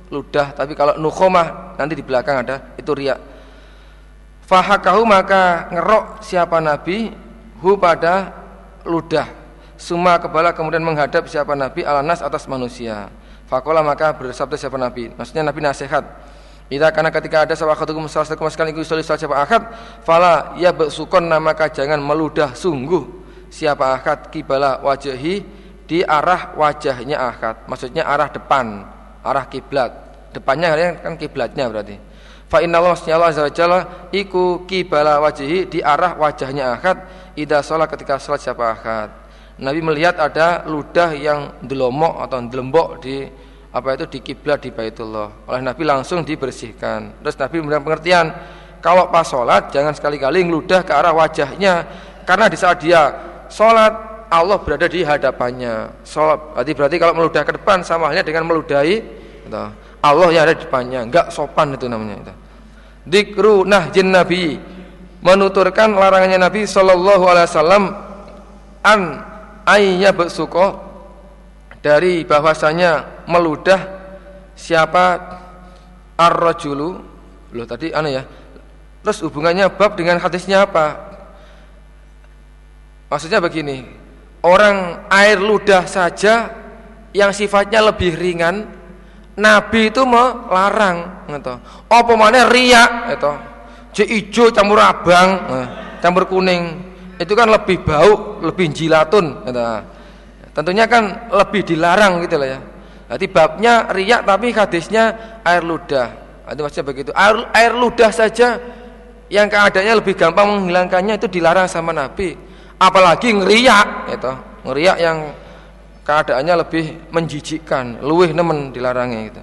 ludah, tapi kalau nukhomah nanti di belakang ada, itu riya. Fahakahu maka ngerok siapa Nabi hu pada ludah. Suma kebala kemudian menghadap siapa Nabi alanas atas manusia. Fakola maka bersabda siapa Nabi. Maksudnya Nabi nasihat. Ida karena ketika ada sawakhatukum salah satu sekali ikut sholat siapa akad, fala ya bersukon maka jangan meludah sungguh siapa akad kibala wajahi di arah wajahnya akad. Maksudnya arah depan, arah kiblat. Depannya kan kiblatnya berarti. Fa innallaha azza wa jalla iku kibala wajahi di arah wajahnya akad. Ida sholat ketika sholat siapa akad. Nabi melihat ada ludah yang delomok atau delembok di di kiblat di Baitullah. Oleh Nabi langsung dibersihkan. Terus Nabi memberikan pengertian, kalau pas sholat jangan sekali-kali ngeludah ke arah wajahnya, karena di saat dia sholat Allah berada di hadapannya. Sholat berarti kalau meludah ke depan sama halnya dengan meludahi Allah yang ada di depannya. Enggak sopan itu namanya. Dzikru nahjin Nabi, menuturkan larangannya Nabi sallallahu alaihi wasallam an ayya bersuko dari bahwasanya meludah siapa ar-rajulu. Loh tadi ya. Terus hubungannya bab dengan hadisnya apa? Maksudnya begini, orang air ludah saja yang sifatnya lebih ringan, Nabi itu melarang gitu. Apa maneh riya gitu. Jek ijo campur abang, campur kuning. Itu kan lebih bau, lebih jilatun gitu. Tentunya kan lebih dilarang gitu lah ya. Nanti babnya riya tapi hadisnya air ludah. Itu maksudnya begitu. Air ludah saja yang keadaannya lebih gampang menghilangkannya itu dilarang sama Nabi. Apalagi ngeriak gitu. Ngeriak yang keadaannya lebih menjijikkan, luwih nemen dilarangnya gitu.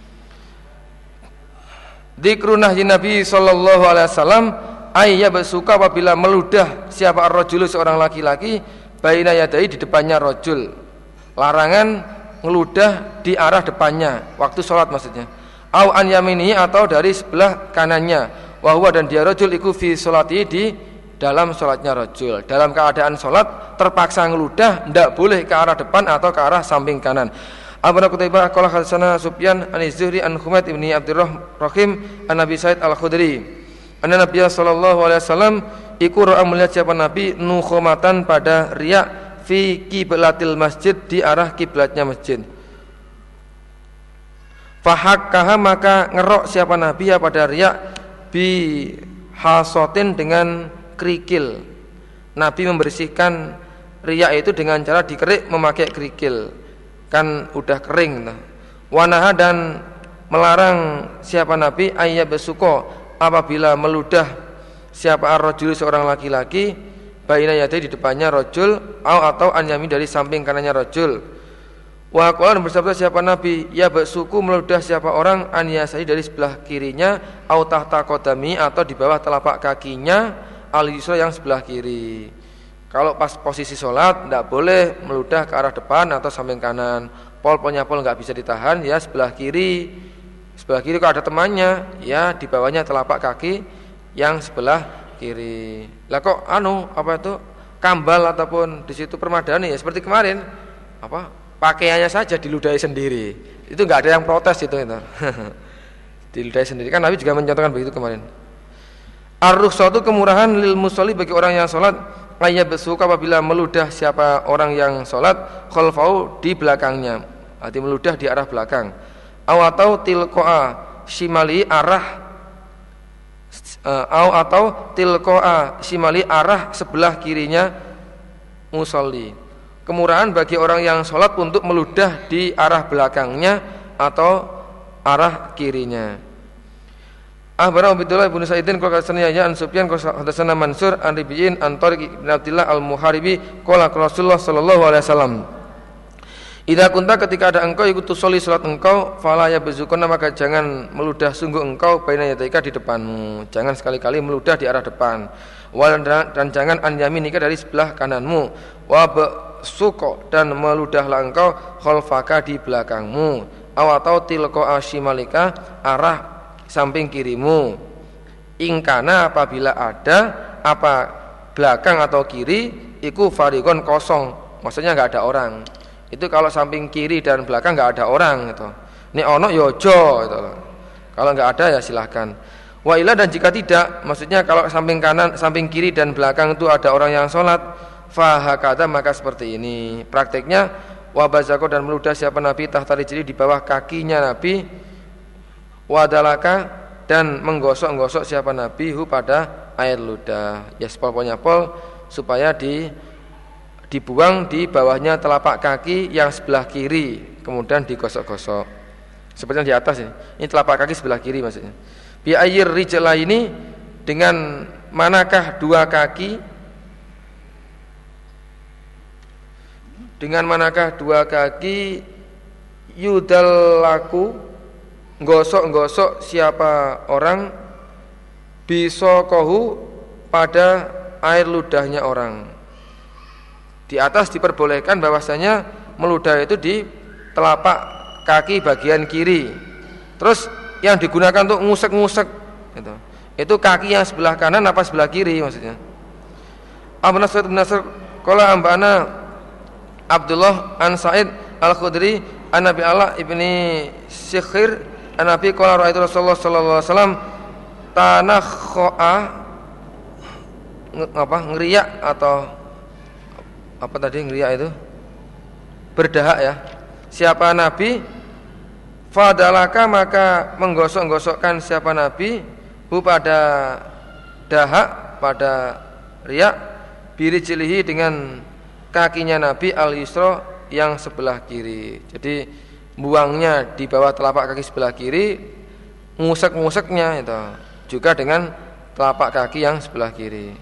Dzikru nahyi Nabi sallallahu alaihi wasallam ayya bersuka apabila meludah siapa ar-rajulu seorang laki-laki baina yadai di depannya rajul. Larangan ngeludah di arah depannya waktu sholat maksudnya. Au an yaminihi atau dari sebelah kanannya. Wa huwa dan dia rajul iku fi sholati di dalam sholatnya rajul. Dalam keadaan sholat terpaksa ngeludah ndak boleh ke arah depan atau ke arah samping kanan. Abu Qutaibah qala hadatsana Sufyan an Az-Zuhri an Humaid ibni Abdurrahim an Nabi Sa'id al-Khudri. Anna Nabi sallallahu alaihi wasallam iku ra'a melihat siapa Nabi nukhomatan pada riya fi qiblatil masjid di arah kiblatnya masjid. Fahakkaha maka ngerok siapa Nabi ya pada riya bi hasotin dengan kerikil. Nabi membersihkan riya itu dengan cara dikerik memakai kerikil. Kan udah kering. Wanaha dan melarang siapa Nabi ayya besuko apabila meludah siapa ar-rajul seorang laki-laki baina yadai di depannya rajul atau anyami dari samping kanannya rajul. Wa qala dan bersabda siapa Nabi ya besuku meludah siapa orang anyasai dari sebelah kirinya au tahta qadami atau di bawah telapak kakinya al-yusra yang sebelah kiri. Kalau pas posisi sholat tidak boleh meludah ke arah depan atau samping kanan. Pol-polnya nggak bisa ditahan ya sebelah kiri. Sebelah kiri kalau ada temannya ya di bawahnya telapak kaki yang sebelah kiri. Lah kok kambal ataupun di situ permadani ya seperti kemarin pakaiannya saja diludahi sendiri. Itu nggak ada yang protes itu. Diludahi sendiri kan Nabi juga mencontohkan begitu kemarin. Ar-rukhsatu kemurahan lil musolli bagi orang yang sholat ayat bersuka apabila meludah siapa orang yang sholat khalfau di belakangnya, arti meludah di arah belakang. Atau tilqa'a shimali arah sebelah kirinya musolli. Kemurahan bagi orang yang sholat untuk meludah di arah belakangnya atau arah kirinya. Akhbarana Abdullah bin Sa'idin qala hadatsana Yahya an Sufyan qala hadatsana Mansur an Rabi'in an Tariq bin Abdullah al-Muharibi qala Rasulullah sallallahu alaihi wasallam idza kunta ketika ada engkau ikut sholli salat engkau fala yabzukuna maka jangan meludah sungguh engkau baina yadaika di depanmu, jangan sekali-kali meludah di arah depan, dan jangan an yaminika dari sebelah kananmu, wa basuko dan meludahlah engkau khalfaka di belakangmu, atau tilqa ashimalika arah samping kirimu. Ingkana apabila ada belakang atau kiri iku farigon kosong, maksudnya enggak ada orang. Itu kalau samping kiri dan belakang enggak ada orang gitu. Nek ono ya aja gitu loh. Kalau enggak ada ya silahkan. Wa ila, dan jika tidak, maksudnya kalau samping kanan, samping kiri dan belakang itu ada orang yang sholat, fahakada, maka seperti ini. Prakteknya wabazako, dan meludah siapa Nabi tahta rijli, di bawah kakinya Nabi, wadalaka, dan menggosok-gosok siapa Nabi hu pada air ludah. Ya sepol-polnya pol supaya dibuang di bawahnya telapak kaki yang sebelah kiri, kemudian digosok-gosok. Seperti yang di atas ini. Ini telapak kaki sebelah kiri maksudnya. Bi ayir rijla, ini dengan manakah dua kaki? Dengan manakah dua kaki yudallaku, gosok-gosok siapa orang, bisokohu, pada air ludahnya orang. Di atas diperbolehkan bahwasanya meludah itu di telapak kaki bagian kiri. Terus yang digunakan untuk ngusek-ngusek gitu. Itu kaki yang sebelah kanan apa sebelah kiri maksudnya. Abu Nasr bin Nasr qala ambana Abdullah an Sa'id al-Khudri an Nabi Allah ibni Sikhir an Nabi qala ra'aitu Rasulullah sallallahu alaihi wasallam tanakha'a, ngeriak atau apa tadi ngeriak itu? Berdahak ya. Siapa Nabi fadalaka, maka menggosok-gosokkan siapa Nabi hu pada dahak, pada riak, birijlihi, dengan kakinya Nabi al-yusra, yang sebelah kiri. Jadi buangnya di bawah telapak kaki sebelah kiri, ngusek-nguseknya itu juga dengan telapak kaki yang sebelah kiri.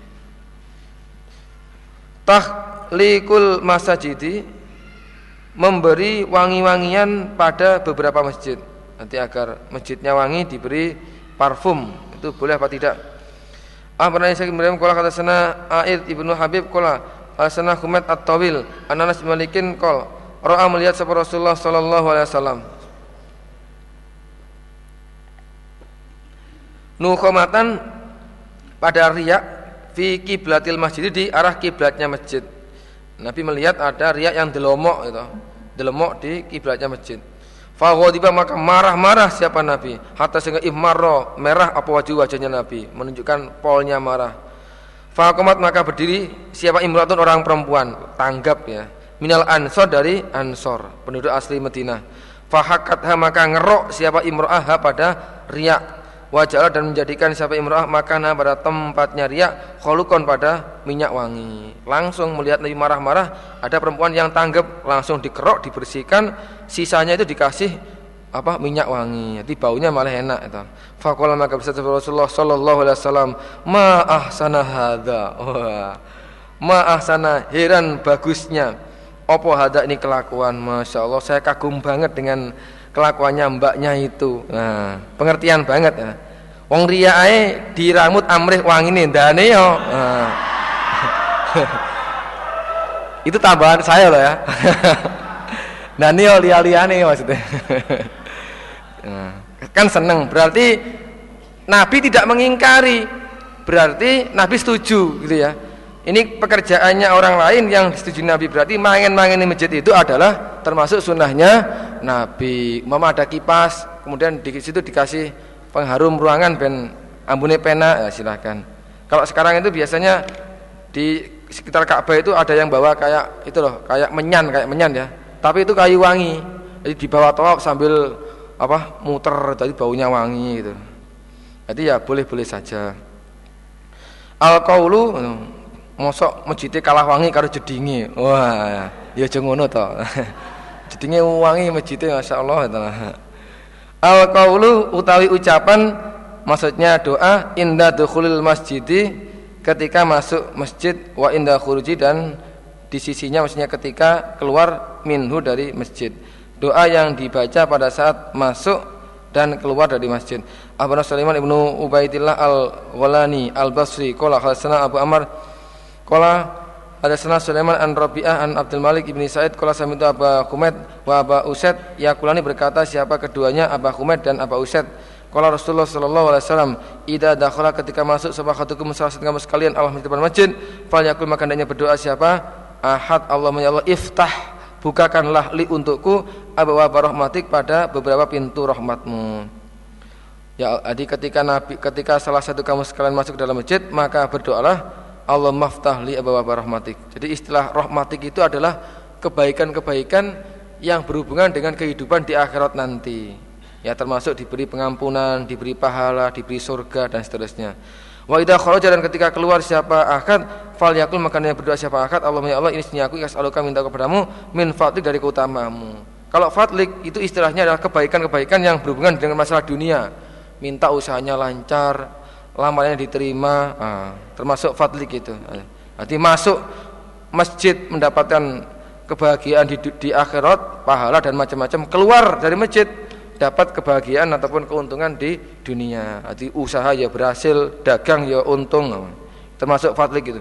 Tahlikul masajidi, memberi wangi-wangian pada beberapa masjid. Nanti agar masjidnya wangi diberi parfum, itu boleh apa tidak? Pernah saya Ibrahim qala kata sana Aid ibnu Habib qala sana Humaid at-Tawil Anas bin Malikin qala ra'a, melihat sapa Rasulullah sallallahu alaihi wasallam nukhamatan, pada riak, fi kiblatil masjid, di arah kiblatnya masjid. Nabi melihat ada riak yang delomok itu, delomok di kiblatnya masjid. Fa ghadiba, maka marah-marah siapa Nabi, hatta sehingga ihmarra, merah apa wajahnya Nabi, menunjukkan polnya marah. Fa qamat, maka berdiri siapa imratun, orang perempuan, tanggap ya, minal ansor, dari Ansor, penduduk asli Madinah. Fa hakatha, maka ngerok siapa imra'ah pada riak. Wajalah, dan menjadikan siapa imra'ah makana, pada tempatnya riak, khulukon, pada minyak wangi. Langsung melihat Nabi marah-marah, ada perempuan yang tanggap, langsung dikerok, dibersihkan, sisanya itu dikasih minyak wangi. Jadi baunya malah enak itu. Faqala, maka bersabda Rasulullah sallallahu alaihi wasallam, ma ahsana hadza. Ma ahsana, heran bagusnya. Apa hadza, ini kelakuan, Masya Allah, saya kagum banget dengan kelakuannya mbaknya itu. Nah, pengertian banget ya. Wong riya ae diramut amrih wangine ndane yo. Nah. Itu tambahan saya loh ya. Ndane yo liya-liyane maksudnya. Nah, kan seneng, berarti Nabi tidak mengingkari, berarti Nabi setuju gitu ya. Ini pekerjaannya orang lain yang disetujui Nabi, berarti mangen-mangen di masjid itu adalah termasuk sunnahnya Nabi. Umpama ada kipas, kemudian di situ dikasih pengharum ruangan ben ambune pena, ya silahkan. Kalau sekarang itu biasanya di sekitar Ka'bah itu ada yang bawa kayak itu loh, kayak menyan ya. Tapi itu kayu wangi. Jadi dibawa tawaf sambil muter, jadi baunya wangi gitu. Jadi ya boleh-boleh saja. Al-qaulu, mosok masjidnya kalah wangi karo jedinge. Wah, ya aja ngono to. Jedinge wangi masjidnya masyaallah. Al-qaulu, utawi ucapan, maksudnya doa inda dukhulil masjidi, ketika masuk masjid, wa inda khuruji, dan di sisinya, maksudnya ketika keluar minhu, dari masjid. Doa yang dibaca pada saat masuk dan keluar dari masjid. Abu Sulaiman ibnu Ubaidillah al-Ghalani al-Basri qala khasana Abu Amr qala hadatsana Sulaiman an Rabi'ah an Abdul Malik ibni Sa'id qala sami'tu Abu Humaid wa Abu Usaid yaqulani, berkata siapa keduanya, Abu Humaid dan Abu Usaid, qala Rasulullah sallallahu alaihi wasallam, idza dakhala, ketika masuk sahabatkum salah satu kamu sekalian Allah di depan masjid, falyakul, maka hendaknya berdoa siapa ahad, Allahumma ya Allah, iftah bukakanlah li untukku abwaaba rahmatik pada beberapa pintu rahmatmu. Ya, jadi ketika salah satu kamu sekalian masuk ke dalam masjid, maka berdoalah Allahumma ftah li abwaaba rahmatik. Jadi istilah rahmatik itu adalah kebaikan-kebaikan yang berhubungan dengan kehidupan di akhirat nanti. Ya, termasuk diberi pengampunan, diberi pahala, diberi surga dan seterusnya. Wa idza kharaja, dan ketika keluar siapa akad, falyakul, maka dia berdoa siapa akad, Allahumma ya Allah, ini sesungguhnya aku as'aluka, minta kepadamu, min fadlik, dari keutamaanmu. Kalau fadlik itu istilahnya adalah kebaikan-kebaikan yang berhubungan dengan masalah dunia. Minta usahanya lancar, lamarannya diterima, termasuk fadlik itu. Berarti masuk masjid mendapatkan kebahagiaan di akhirat, pahala dan macam-macam. Keluar dari masjid dapat kebahagiaan ataupun keuntungan di dunia. Arti usaha ya berhasil, dagang ya untung, termasuk fadlik itu.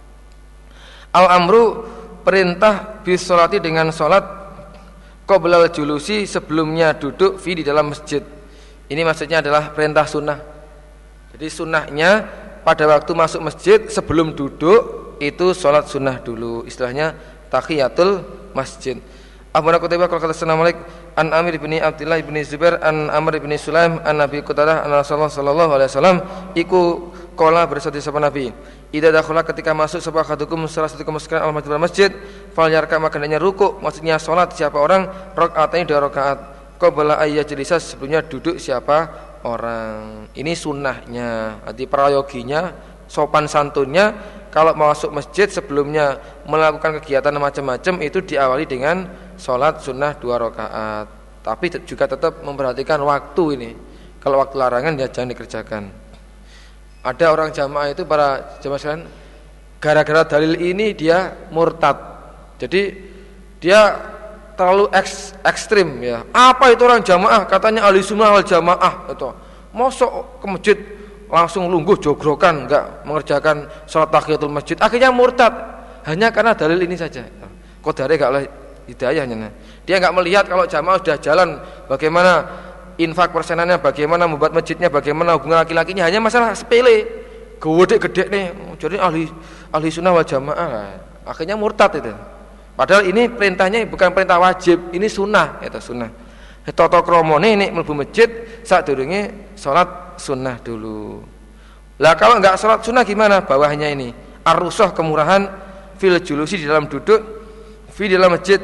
Al-amru, perintah bis sholati, dengan sholat, qoblal julusi, sebelumnya duduk, fi, di dalam masjid. Ini maksudnya adalah perintah sunnah. Jadi sunnahnya pada waktu masuk masjid sebelum duduk itu sholat sunnah dulu. Istilahnya tahiyatul masjid. Abu Qutaibah qala qala Malik an Amir bin Abdullah bin Zubair an Amr bin Sulaim an Nabi Qutadah an Rasulullah sallallahu alaihi wasallam iku qala, bersabda sapa Nabi, idza dakhala, ketika masuk sapa hadukum salah satu kaum sekalian al masjid, falyarka, maka hendaknya rukuk, maksudnya salat siapa orang, rakaatain, 2 rakaat, qabla ayyajlisa, sebelumnya duduk siapa orang. Ini sunnahnya, arti prayoginya, sopan santunnya. Kalau masuk masjid sebelumnya melakukan kegiatan macam-macam itu diawali dengan sholat sunnah 2 rakaat. Tapi juga tetap memperhatikan waktu ini. Kalau waktu larangan ya jangan dikerjakan. Ada orang jamaah itu, para jamaah sekalian, gara-gara dalil ini dia murtad. Jadi dia terlalu ekstrim ya. Apa itu orang jamaah? Katanya ahli sunnah wal jamaah itu. Mosok ke masjid langsung lungguh jogrokan, enggak mengerjakan sholat tahiyatul masjid, akhirnya murtad hanya karena dalil ini saja. Qadare enggak oleh hidayahnya. Dia enggak melihat kalau jamaah sudah jalan, bagaimana infak persenannya, bagaimana membuat masjidnya, bagaimana hubungan laki-lakinya, hanya masalah sepele. Gede-gede nih, jadi ahli sunnah wal jamaah, akhirnya murtad itu. Padahal ini perintahnya bukan perintah wajib, ini sunnah, itu sunnah. Toto kromone ini mlebu masjid sadurunge salat sunnah dulu. Lah kalau enggak salat sunnah gimana? Bawahnya ini ar-rusah, kemurahan, fil julusi, di dalam duduk, fi, di dalam masjid,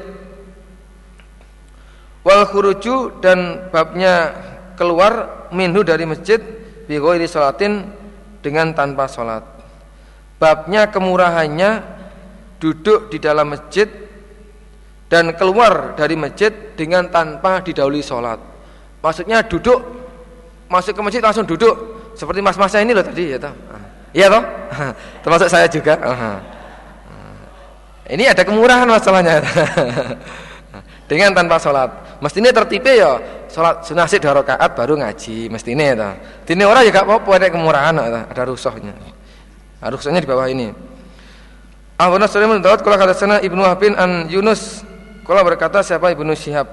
wal khuruju, dan babnya keluar, minhu, dari masjid, bi ghairi salatin, dengan tanpa salat. Babnya kemurahannya duduk di dalam masjid dan keluar dari masjid dengan tanpa didahului sholat. Maksudnya duduk, masuk ke masjid langsung duduk, seperti mas-masnya ini loh tadi ya toh. Iya toh? Termasuk saya juga. Ini ada kemurahan masalahnya. Dengan tanpa sholat. Mestinya tertipe ya, sholat sunah 2 rakaat baru ngaji, mestinya ya toh. Dene ora ya gak apa-apa, ada kemurahan, ada rusuhnya. Rusuhnya di bawah ini. Abu Sulaiman Dawud qala hadatsana Ibnu Wahbin an Yunus, qala berkata siapa Ibnu Syihab.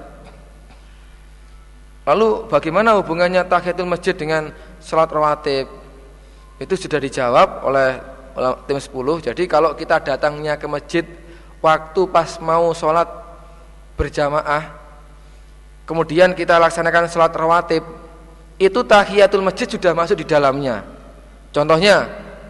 Lalu bagaimana hubungannya tahiyatul masjid dengan salat rawatib? Itu sudah dijawab oleh tim 10. Jadi kalau kita datangnya ke masjid waktu pas mau salat berjamaah, kemudian kita laksanakan salat rawatib, itu tahiyatul masjid sudah masuk di dalamnya. Contohnya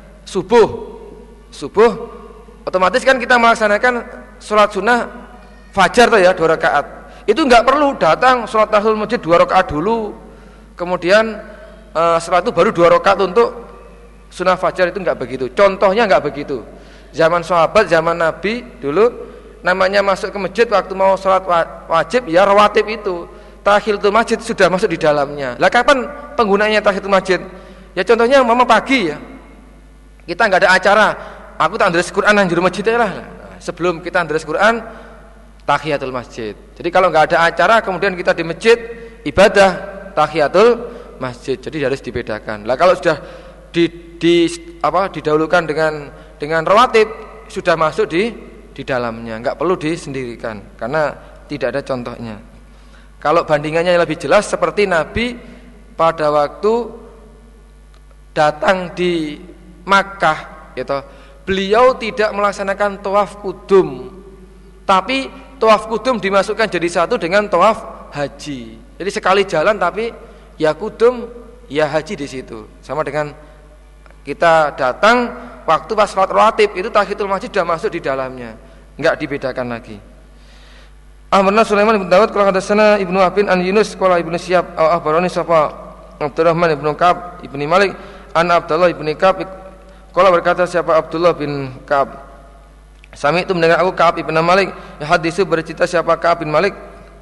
subuh otomatis kan kita melaksanakan sholat sunnah fajar tuh ya 2 rakaat. Itu enggak perlu datang sholat tahiyatul masjid 2 rakaat dulu, kemudian setelah itu baru 2 rakaat untuk sunnah fajar, itu enggak begitu. Contohnya enggak begitu. Zaman sahabat, zaman Nabi dulu, namanya masuk ke masjid waktu mau sholat wajib ya rawatib itu. Tahiyatul masjid sudah masuk di dalamnya. Lah kapan penggunaannya tahiyatul masjid? Ya contohnya mama pagi ya. Kita enggak ada acara, aku tak ndres Quran nang jero masjid lah. Sebelum kita ndres Quran, tahiyatul masjid. Jadi kalau enggak ada acara kemudian kita di masjid ibadah, tahiyatul masjid. Jadi harus dibedakan. Lah kalau sudah didahulukan dengan rawatib, sudah masuk di dalamnya, enggak perlu disendirikan karena tidak ada contohnya. Kalau bandingannya lebih jelas seperti Nabi pada waktu datang di Makkah gitu. Beliau tidak melaksanakan tawaf kudum, tapi tawaf kudum dimasukkan jadi satu dengan tawaf haji. Jadi sekali jalan tapi ya kudum ya haji di situ. Sama dengan kita datang waktu pas salat rawatib itu tahiyatul masjid sudah masuk di dalamnya. Enggak dibedakan lagi. Ahmadna Sulaiman bin Dawud qala hadatsana Ibnu Abin an Yunus qala Ibnu Syihab akhbarani sapa Abdurrahman ibnu Ka'ab ibni Malik an Abdullah ibni Ka'ab qala berkata siapa Abdullah bin Ka'ab Sami itu mendengar aku Ka'ab ibn Malik hadisu bercerita siapa Ka'ab bin Malik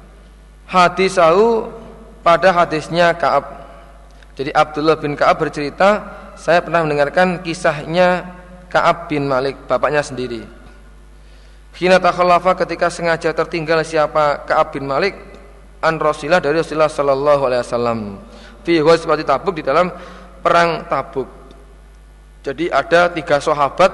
hadisahu pada hadisnya Ka'ab. Jadi Abdullah bin Ka'ab bercerita saya pernah mendengarkan kisahnya Ka'ab bin Malik bapaknya sendiri. Hina takhallafa ketika sengaja tertinggal siapa Ka'ab bin Malik an Rasulillah dari Rasulullah sallallahu alaihi wasallam fi ghazwati Tabuk di dalam perang Tabuk. Jadi ada 3 sahabat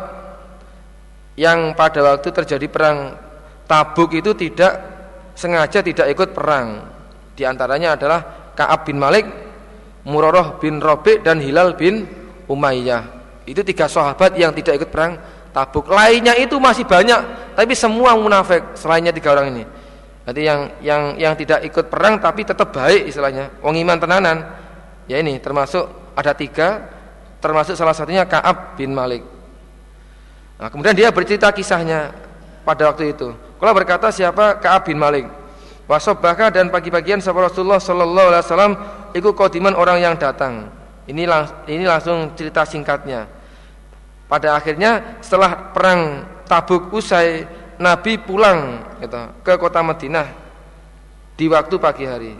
yang pada waktu terjadi perang Tabuk itu tidak sengaja tidak ikut perang. Di antaranya adalah Ka'ab bin Malik, Murarah bin Rabi' dan Hilal bin Umayyah. Itu 3 sahabat yang tidak ikut perang Tabuk. Lainnya itu masih banyak, tapi semua munafik selainnya 3 orang ini. Nanti yang tidak ikut perang tapi tetap baik istilahnya, wong iman tenanan. Ya ini termasuk ada 3, termasuk salah satunya Ka'ab bin Malik. Nah, kemudian dia bercerita kisahnya pada waktu itu. Kalau berkata siapa Ka'ab bin Malik, wasobaka dan pagi-pagian sahabat Rasulullah sallallahu alaihi wasallam ikut qadiman orang yang datang. Ini langsung cerita singkatnya. Pada akhirnya setelah perang Tabuk usai, Nabi pulang gitu, ke kota Madinah di waktu pagi hari.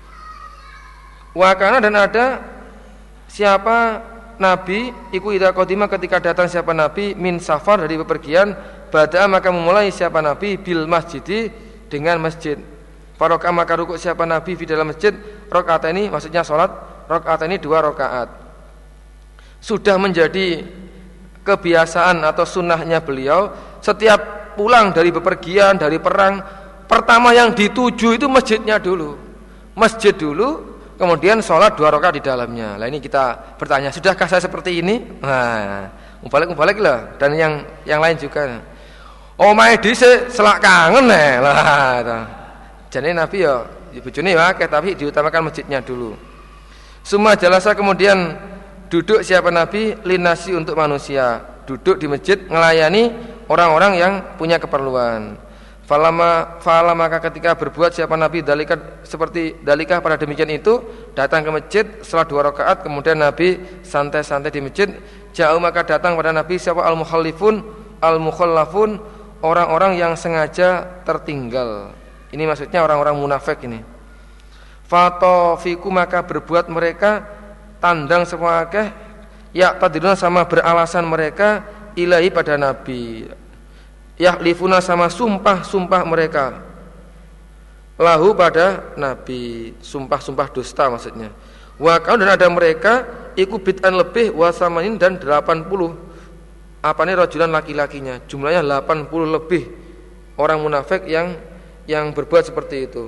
Wakana dan ada siapa Nabi iku idza qadima ketika datang siapa Nabi min safar dari bepergian, bada maka memulai siapa Nabi bil masjidi dengan masjid. Faroka maka rukuk siapa Nabi di dalam masjid rakaat ini maksudnya salat rakaat ini 2 rakaat. Sudah menjadi kebiasaan atau sunnahnya beliau setiap pulang dari bepergian dari perang pertama yang dituju itu masjidnya dulu, masjid dulu, kemudian sholat 2 rakaat di dalamnya. Lah ini kita bertanya, sudahkah saya seperti ini? Nah, balik lah dan yang lain juga. Omahe dhisik selak kangen lah. Jadi Nabi ya bojone ya akeh tapi diutamakan masjidnya dulu. Summa jalasa kemudian duduk siapa Nabi linasi untuk manusia, duduk di masjid melayani orang-orang yang punya keperluan. Falama maka ketika berbuat siapa Nabi dalika seperti dalika pada demikian itu datang ke masjid setelah 2 rakaat kemudian Nabi santai-santai di masjid. Jauh maka datang pada Nabi siapa al-mukhallafun orang-orang yang sengaja tertinggal. Ini maksudnya orang-orang munafik ini. Fatofiku maka berbuat mereka tandang semua akeh ya tadiruna sama beralasan mereka ilahi pada Nabi. Yahlifuna sama sumpah-sumpah mereka lahu pada Nabi, sumpah-sumpah dusta maksudnya. Wa kau dan ada mereka iku bid'an lebih wasamanin dan 80 apa nih rajulan laki-lakinya, jumlahnya 80 lebih orang munafik yang berbuat seperti itu.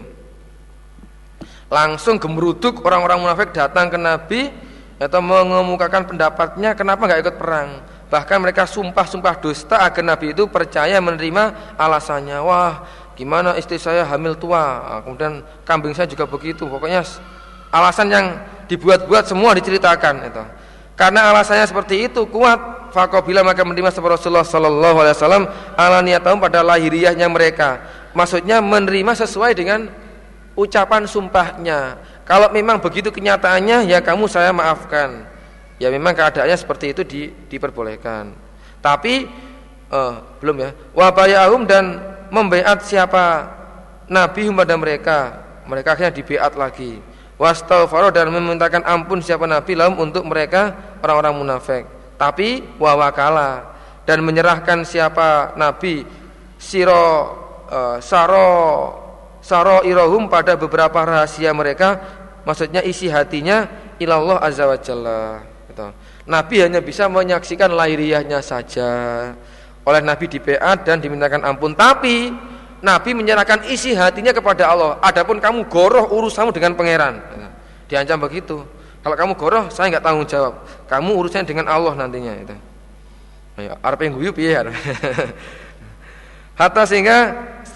Langsung gemeruduk orang-orang munafik datang ke Nabi atau mengemukakan pendapatnya kenapa enggak ikut perang. Bahkan mereka sumpah-sumpah dusta agar Nabi itu percaya menerima alasannya. Wah, gimana istri saya hamil tua, kemudian kambing saya juga begitu. Pokoknya alasan yang dibuat-buat semua diceritakan itu. Karena alasannya seperti itu kuat, faqabila maka menerima Rasulullah sallallahu alaihi wasallam ala niyatahum pada lahiriahnya mereka. Maksudnya menerima sesuai dengan ucapan sumpahnya. Kalau memang begitu kenyataannya, ya kamu saya maafkan. Ya memang keadaannya seperti itu diperbolehkan. Tapi belum ya. Wa bayahum dan membaiat siapa Nabi pada mereka. Mereka akhirnya dibiat lagi. Wastaghfaru dan memintakan ampun siapa Nabi lahum untuk mereka orang-orang munafik. Tapi wa wakala dan menyerahkan siapa Nabi saro irohum pada beberapa rahasia mereka, maksudnya isi hatinya ilallah azza wa jalla. Nabi hanya bisa menyaksikan lahiriahnya saja. Oleh Nabi dibeat dan dimintakan ampun. Tapi Nabi menyerahkan isi hatinya kepada Allah. Adapun kamu goroh urusanmu dengan pangeran. Diancam begitu. Kalau kamu goroh, saya enggak tanggung jawab. Kamu urusannya dengan Allah nantinya itu. Ayo, arep guyu piye ya. Hatta sehingga setelah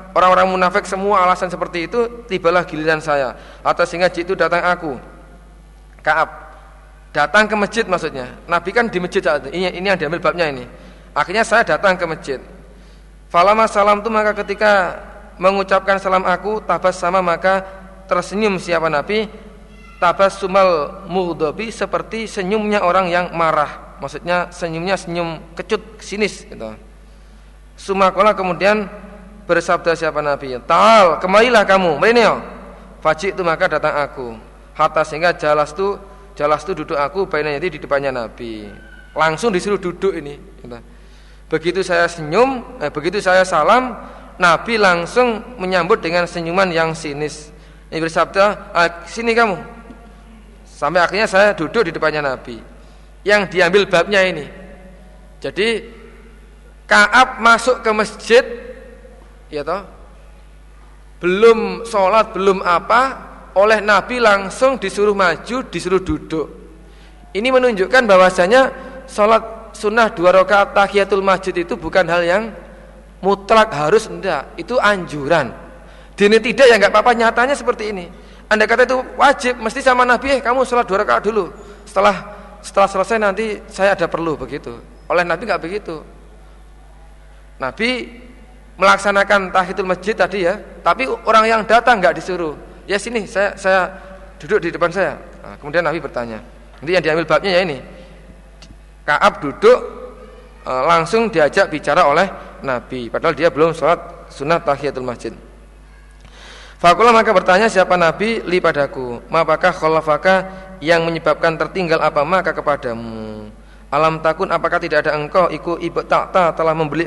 orang-orang munafik semua alasan seperti itu, tibalah giliran saya. Atau sehingga jitu datang aku. Ka'ab datang ke masjid maksudnya. Nabi kan di masjid saat itu. Ini yang diambil babnya ini. Akhirnya saya datang ke masjid. Falama salam tu, maka ketika mengucapkan salam aku, tabas sama maka tersenyum siapa Nabi. Tabas sumal mughdabi, seperti senyumnya orang yang marah. Maksudnya senyumnya senyum kecut, sinis gitu. Sumakola kemudian bersabda siapa Nabi, ta'al, kemarilah kamu, meneo. Fajik itu maka datang aku. Hatta sehingga jalas tu duduk aku bainanya di depannya Nabi. Langsung disuruh duduk ini. Begitu saya senyum, begitu saya salam, Nabi langsung menyambut dengan senyuman yang sinis. Ini bersabda, sini kamu. Sampai akhirnya saya duduk di depannya Nabi. Yang diambil babnya ini. Jadi Ka'ab masuk ke masjid, ya toh, belum sholat, belum apa, oleh Nabi langsung disuruh maju, disuruh duduk. Ini menunjukkan bahwasanya sholat sunnah 2 rakaat tahiyatul masjid itu bukan hal yang mutlak harus, enggak, itu anjuran. Dini tidak ya enggak apa-apa, nyatanya seperti ini. Anda kata itu wajib, mesti sama Nabi, kamu sholat 2 rakaat dulu. Setelah selesai nanti saya ada perlu, begitu. Oleh Nabi enggak begitu. Nabi melaksanakan tahiyatul masjid tadi ya, tapi orang yang datang enggak disuruh. Ya sini, saya duduk di depan saya. Nah, kemudian Nabi bertanya. Nanti yang diambil babnya ya ini. Ka'ab duduk, langsung diajak bicara oleh Nabi. Padahal dia belum sholat sunnah tahiyatul masjid. Fakulah maka bertanya siapa Nabi li padaku. Mapakah khalafaka, yang menyebabkan tertinggal apa maka kepadamu. Alam takun, apakah tidak ada engkau iku ibta'ta, telah membeli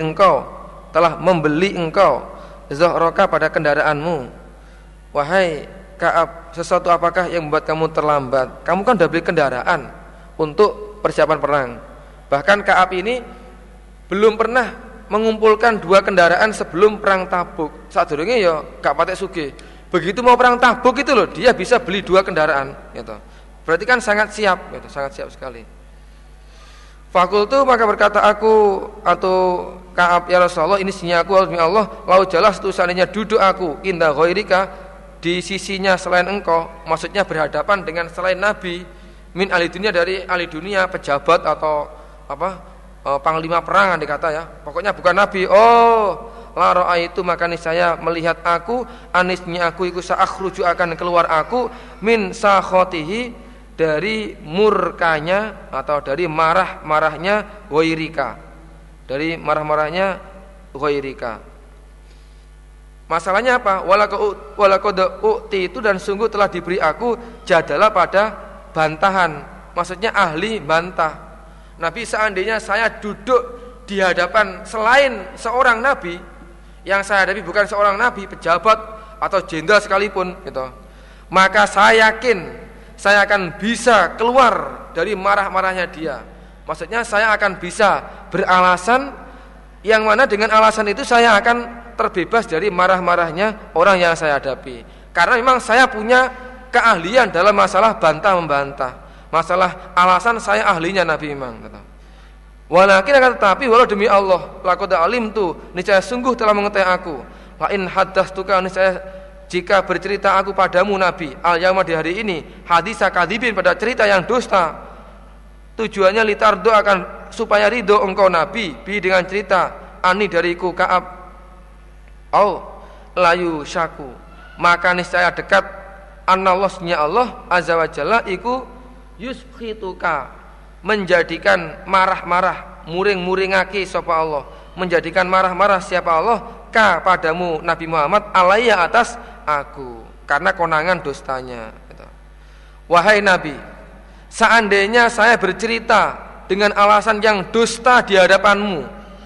engkau zahraka pada kendaraanmu. Wahai Ka'ab, sesuatu apakah yang membuat kamu terlambat? Kamu kan sudah beli kendaraan untuk persiapan perang. Bahkan Ka'ab ini belum pernah mengumpulkan 2 kendaraan sebelum perang Tabuk. Sadurunge ya gak patek sugih. Begitu mau perang Tabuk itu loh, dia bisa beli 2 kendaraan gitu. Berarti kan sangat siap gitu, sangat siap sekali. Fakultu, maka berkata aku atau Ka'ab, ya Rasulullah, ini sinya aku demi Allah, lau jelas tu seandainya duduk aku inda ghairika, di sisinya selain engkau, maksudnya berhadapan dengan selain Nabi, min ahli dunia, dari ahli dunia, pejabat atau panglima perang dikata ya, pokoknya bukan Nabi. La ra'aitu, maka niscaya melihat aku, anisnya aku iku sa'akhruju, akan keluar aku, min sakhotihi, dari murkanya atau dari marah-marahnya ghairika, dari marah-marahnya ghairika. Masalahnya apa? Walaqad u'ti itu, dan sungguh telah diberi aku jadalah pada bantahan. Maksudnya ahli bantah. Nabi, seandainya saya duduk di hadapan selain seorang Nabi, yang saya hadapi bukan seorang Nabi, pejabat atau jenderal sekalipun gitu, maka saya yakin saya akan bisa keluar dari marah-marahnya dia. Maksudnya saya akan bisa beralasan, yang mana dengan alasan itu saya akan terbebas dari marah-marahnya orang yang saya hadapi. Karena memang saya punya keahlian dalam masalah bantah-membantah. Masalah alasan saya ahlinya Nabi memang. Walakin akan tetapi, walau demi Allah, laqad alimtu, niscaya sungguh telah mengetahui aku. La in haddastuka, niscaya jika bercerita aku padamu Nabi, al-yauma, di hari ini, hadisa kadhibin, pada cerita yang dusta. Tujuannya litardo, akan supaya ridho engkau Nabi, bi, dengan cerita ani dariku Ka'ab. Layu syaku, maka niscaya dekat annallahnya Allah azza wa jalla iku yuskhituka, menjadikan marah-marah, muring-muringake sapa Allah, menjadikan marah-marah siapa Allah ka padamu Nabi Muhammad, alayya, atas aku, karena konangan dostanya. Wahai Nabi, seandainya saya bercerita dengan alasan yang dusta di hadapanmu,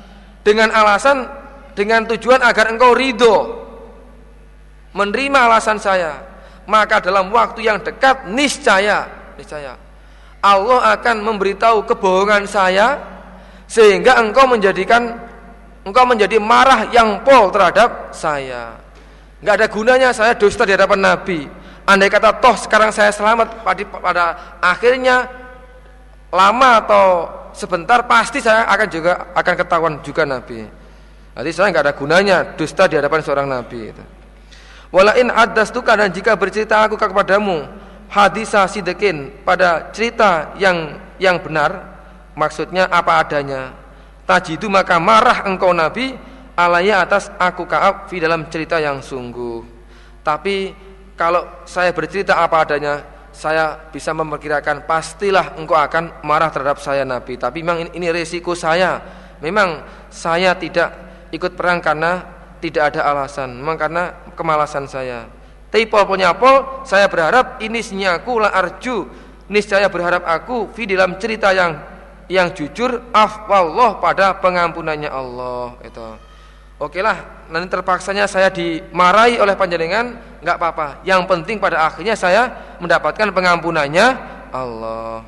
dengan tujuan agar engkau ridho menerima alasan saya, maka dalam waktu yang dekat niscaya Allah akan memberitahu kebohongan saya, sehingga engkau menjadi marah yang pol terhadap saya. Enggak ada gunanya saya dusta di hadapan Nabi. Andai kata toh sekarang saya selamat, pada akhirnya lama atau sebentar pasti saya akan ketahuan juga Nabi. Berarti saya enggak ada gunanya dusta di hadapan seorang nabi itu. Wala in addastuka, dan jika bercerita aku kepadamu hadisa sidekin, pada cerita yang benar, maksudnya apa adanya, tajidu maka marah engkau nabi alaya atas aku Ka'ab fi dalam cerita yang sungguh. Tapi kalau saya bercerita apa adanya, saya bisa memperkirakan pastilah engkau akan marah terhadap saya nabi. Tapi memang ini resiko saya. Memang saya tidak ikut perang karena tidak ada alasan, memang karena kemalasan saya. Tapi pol-polnya saya berharap ini sinyaku la arju, niscaya berharap aku fi dalam cerita yang jujur afwallah, pada pengampunannya Allah itu. Oke lah, nanti terpaksanya saya dimarahi oleh panjenengan, enggak apa-apa. Yang penting pada akhirnya saya mendapatkan pengampunannya Allah.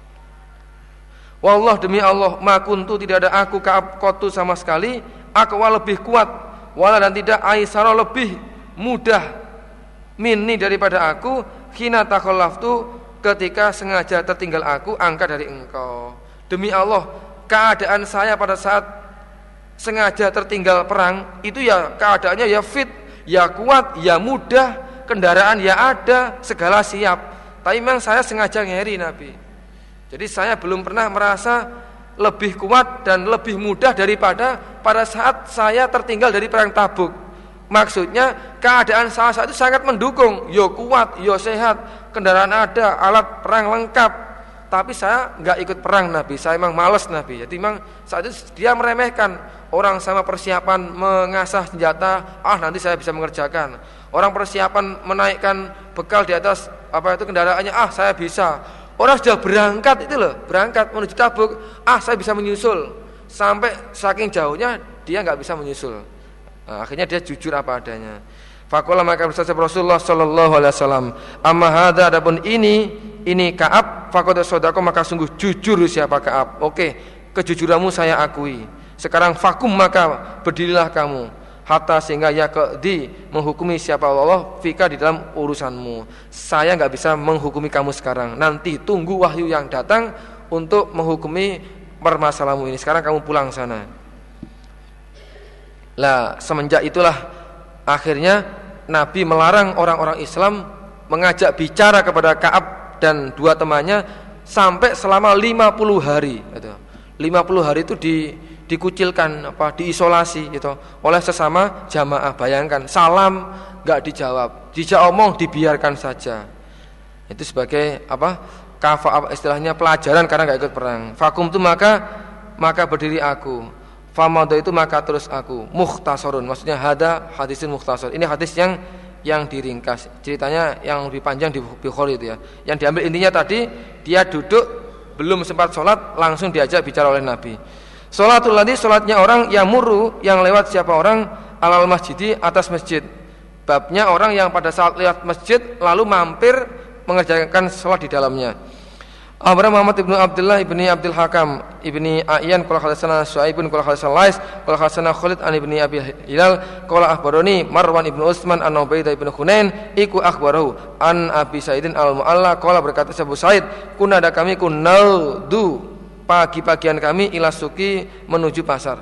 Wallah, demi Allah, ma kuntu, tidak ada aku Ka'ab kotu sama sekali, aqwa lebih kuat, wala dan tidak aisara lebih mudah minni daripada aku, khina takhallaftu, ketika sengaja tertinggal aku angka dari engkau. Demi Allah, keadaan saya pada saat sengaja tertinggal perang itu ya keadaannya ya fit, ya kuat, ya mudah, kendaraan ya ada, segala siap. Tapi memang saya sengaja ngeri Nabi. Jadi saya belum pernah merasa lebih kuat dan lebih mudah daripada pada saat saya tertinggal dari perang Tabuk. Maksudnya keadaan saya saat itu sangat mendukung, yo kuat, yo sehat, kendaraan ada, alat perang lengkap. Tapi saya nggak ikut perang Nabi, saya memang malas Nabi. Jadi memang saat itu dia meremehkan orang sama persiapan mengasah senjata, nanti saya bisa mengerjakan. Orang persiapan menaikkan bekal di atas kendaraannya, saya bisa. Orang sudah berangkat itu loh, berangkat menuju Tabuk, saya bisa menyusul. Sampai saking jauhnya dia nggak bisa menyusul. Akhirnya dia jujur apa adanya. Faqala, maka bersabda Rasulullah sallallahu alaihi wasallam, amma hadza, adapun ini Ka'ab, faqad sadaqa, maka sungguh jujur siapa Ka'ab. Oke, kejujuranmu saya akui. Sekarang fakum, maka berdirilah kamu, hatta sehingga yaqdi, menghukumi siapa Allah fika, di dalam urusanmu. Saya enggak bisa menghukumi kamu sekarang. Nanti tunggu wahyu yang datang untuk menghukumi permasalahanmu ini. Sekarang kamu pulang sana. Lah, semenjak itulah akhirnya Nabi melarang orang-orang Islam mengajak bicara kepada Ka'ab dan dua temannya sampai selama 50 hari gitu. 50 hari itu dikucilkan, diisolasi gitu oleh sesama jamaah. Bayangkan, salam enggak dijawab, dijak omong dibiarkan saja. Itu sebagai istilahnya pelajaran karena enggak ikut perang. Fakum itu maka berdiri aku. Famado itu maka terus aku. Mukhtasarun, maksudnya hadisin mukhtasar. Ini hadis yang diringkas. Ceritanya yang lebih panjang di Bukhari itu ya. Yang diambil intinya tadi, dia duduk belum sempat sholat langsung diajak bicara oleh Nabi. Sholatul ladzi, sholatnya orang yang muru, yang lewat siapa orang alal masjidi, atas masjid. Babnya orang yang pada saat lewat masjid lalu mampir mengerjakan sholat di dalamnya. Abraham Muhammad ibnu Abdullah ibni Abdul Hakam ibni A'yan qala hadatsana Su'aibun qala hadatsana Lais qala hadatsana Khalid an ibni Abi Hilal qala akhbarani Marwan ibnu Utsman an Ubaidah ibnu Hunain iku akhbarahu an Abi Sa'idin al-Mu'alla qala, berkata Abu Sa'id, kunada kami kunaldu, pagi-pagian kami ila suki, menuju pasar.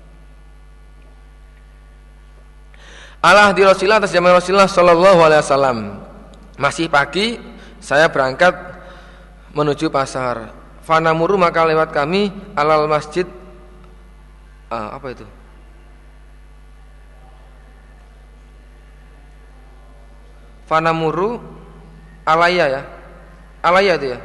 Allah di Rasulullah, atas zaman Rasulullah sallallahu alaihi wasallam. Masih pagi saya berangkat menuju pasar. Fanamuru, maka lewat kami alal masjid. Apa itu? Fanamuru alaya ya. Alaya itu ya.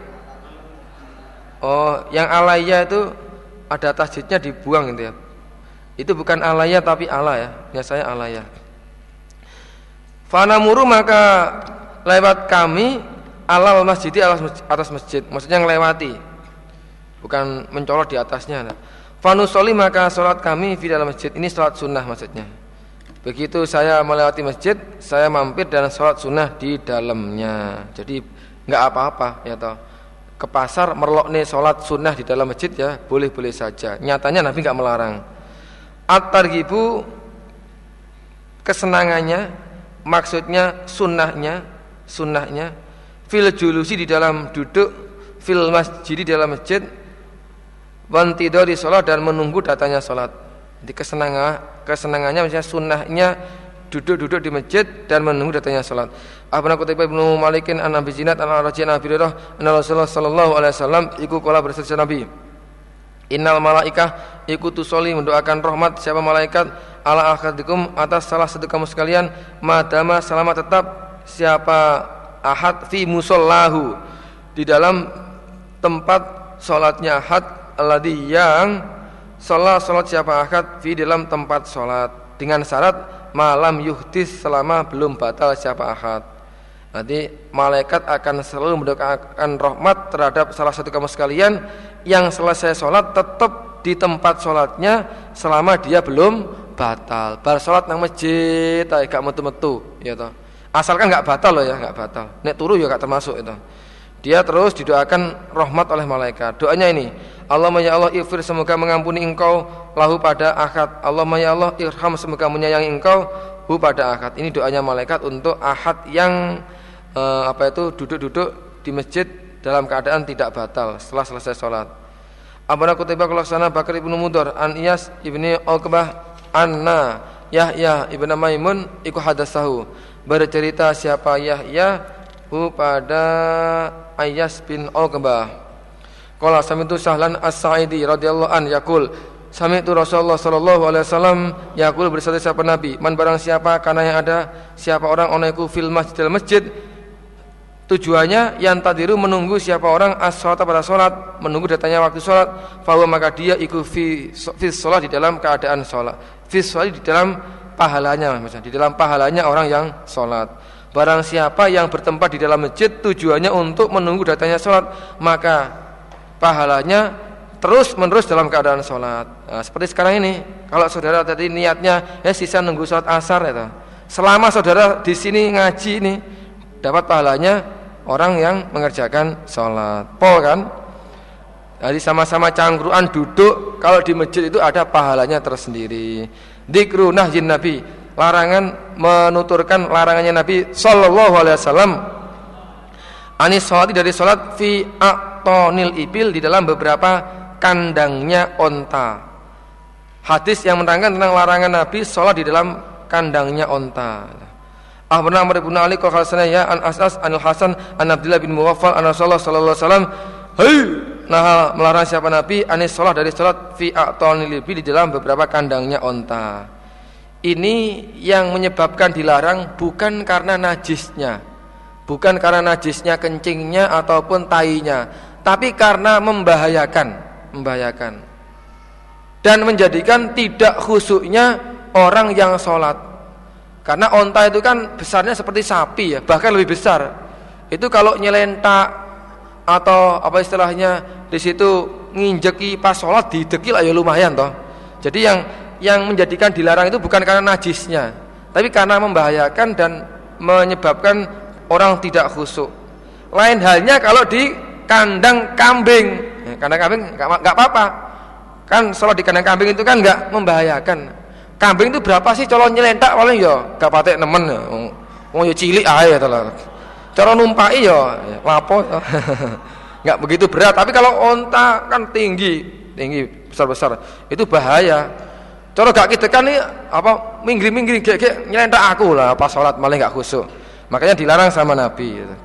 Oh, yang alaya itu ada tasjidnya dibuang gitu ya. Itu bukan alaya tapi ala ya. Biasanya alaya. Fanamuru, maka lewat kami alal masjid, atas masjid, maksudnya ngelewati, bukan mencolot di atasnya. Fanusoli, maka sholat kami di dalam masjid. Ini sholat sunnah maksudnya. Begitu saya melewati masjid, saya mampir dan sholat sunnah di dalamnya. Jadi nggak apa-apa ya toh. Ke pasar merlokne sholat sunnah di dalam masjid ya boleh-boleh saja. Nyatanya Nabi nggak melarang. At-targhibu, kesenangannya, maksudnya sunnahnya fil julusi, di dalam duduk, fil masjid, di dalam masjid, wantidori sholat, dan menunggu datanya sholat. Jadi kesenangannya misalnya sunnahnya duduk-duduk di masjid dan menunggu datangnya salat. Abna Qutaibah Ibnu Malikin an Abi Zinad an Ar-Raji' an Abi Hurairah anna Rasulullah sallallahu alaihi wasallam iku qala bersabda Nabi, innal malaikah iku tusolli mendoakan rahmat siapa malaikat ala akhadikum atas salah satu kamu sekalian madama selama tetap siapa ahad fi musallahu di dalam tempat salatnya ahad alladhi yang salat siapa ahad fi dalam tempat salat dengan syarat malam yuhdis selama belum batal siapa ahad. Nanti malaikat akan selalu mendoakan rahmat terhadap salah satu kamu sekalian yang selesai sholat tetap di tempat sholatnya selama dia belum batal. Bar sholat nang masjid, gak metu-metu, ya toh. Asalkan gak batal loh ya, gak batal. Nek turu ya gak termasuk itu. Dia terus didoakan rahmat oleh malaikat. Doanya ini, Allahumma ya Allah ighfir, semoga mengampuni engkau lahu pada ahad. Allahumma ya Allah irham, semoga menyayangi engkau hu pada ahad. Ini doanya malaikat untuk ahad yang duduk-duduk di masjid dalam keadaan tidak batal setelah selesai sholat. Abana Qutaibah Qalaksana Bakar ibnu Mudhar an Iyas ibni Uqbah anna Yahya ibnu Maimun iku hadasahu, bercerita siapa Yahya hu pada Iyas bin Uqbah. Qala sami'tu Sahlan As-Sa'idi radhiyallahu an yaqul sami'tu Rasulullah sallallahu alaihi wasallam yaqul, bersabda siapa Nabi, man barang siapa kana yang ada siapa orang onaiku fil masjidil masjid, tujuannya yang tadiru menunggu siapa orang as-sholata pada sholat, menunggu datangnya waktu sholat, fahuwa maka dia ikut fi sholat di dalam keadaan sholat, fi sholat di dalam pahalanya, misalnya di dalam pahalanya orang yang sholat. Barang siapa yang bertempat di dalam masjid tujuannya untuk menunggu datangnya sholat, maka pahalanya terus menerus dalam keadaan sholat. Nah, seperti sekarang ini, kalau saudara tadi niatnya sisa nunggu sholat asar, itu selama saudara di sini ngaji ini dapat pahalanya orang yang mengerjakan sholat. Pol kan? Jadi sama-sama cangkruan duduk, kalau di masjid itu ada pahalanya tersendiri. Dzikru nahyin Nabi, larangan menuturkan larangannya Nabi sallallahu alaihi wasallam anis sholati dari sholat fi aqtonil ibil di dalam beberapa kandangnya onta. Hadis yang menerangkan tentang larangan Nabi sholat di dalam kandangnya onta. Ahbarna Amr bin Ali qala sana ya an As'as anil Hasan an Abdullah bin Mughaffal an Rasulullah sallallahu alaihi wasallam nah melarang siapa Nabi anis salat dari salat fi aqtanil ibil di dalam beberapa kandangnya onta. Ini yang menyebabkan dilarang bukan karena najisnya, bukan karena najisnya kencingnya ataupun tainya, tapi karena membahayakan dan menjadikan tidak khusyuknya orang yang sholat. Karena onta itu kan besarnya seperti sapi ya, bahkan lebih besar. Itu kalau nyelentak atau apa istilahnya di situ nginjeki pas sholat didekil ya lumayan toh. Jadi yang menjadikan dilarang itu bukan karena najisnya, tapi karena membahayakan dan menyebabkan orang tidak khusyuk. Lain halnya kalau di kandang kambing. Kandang kambing nggak apa-apa. Kan sholat di kandang kambing itu kan nggak membahayakan. Kambing itu berapa sih colon nyelentak paling ya gak patek nemen ya. Wong ya cilik ae to lho. Cara numpaki ya lapo. Enggak begitu berat, tapi kalau onta kan tinggi besar-besar. Itu bahaya. Cara gak kitekan nih apa minggir-minggir gek nyelentak aku lah pas salat malah gak khusyuk. Makanya dilarang sama Nabi gitu.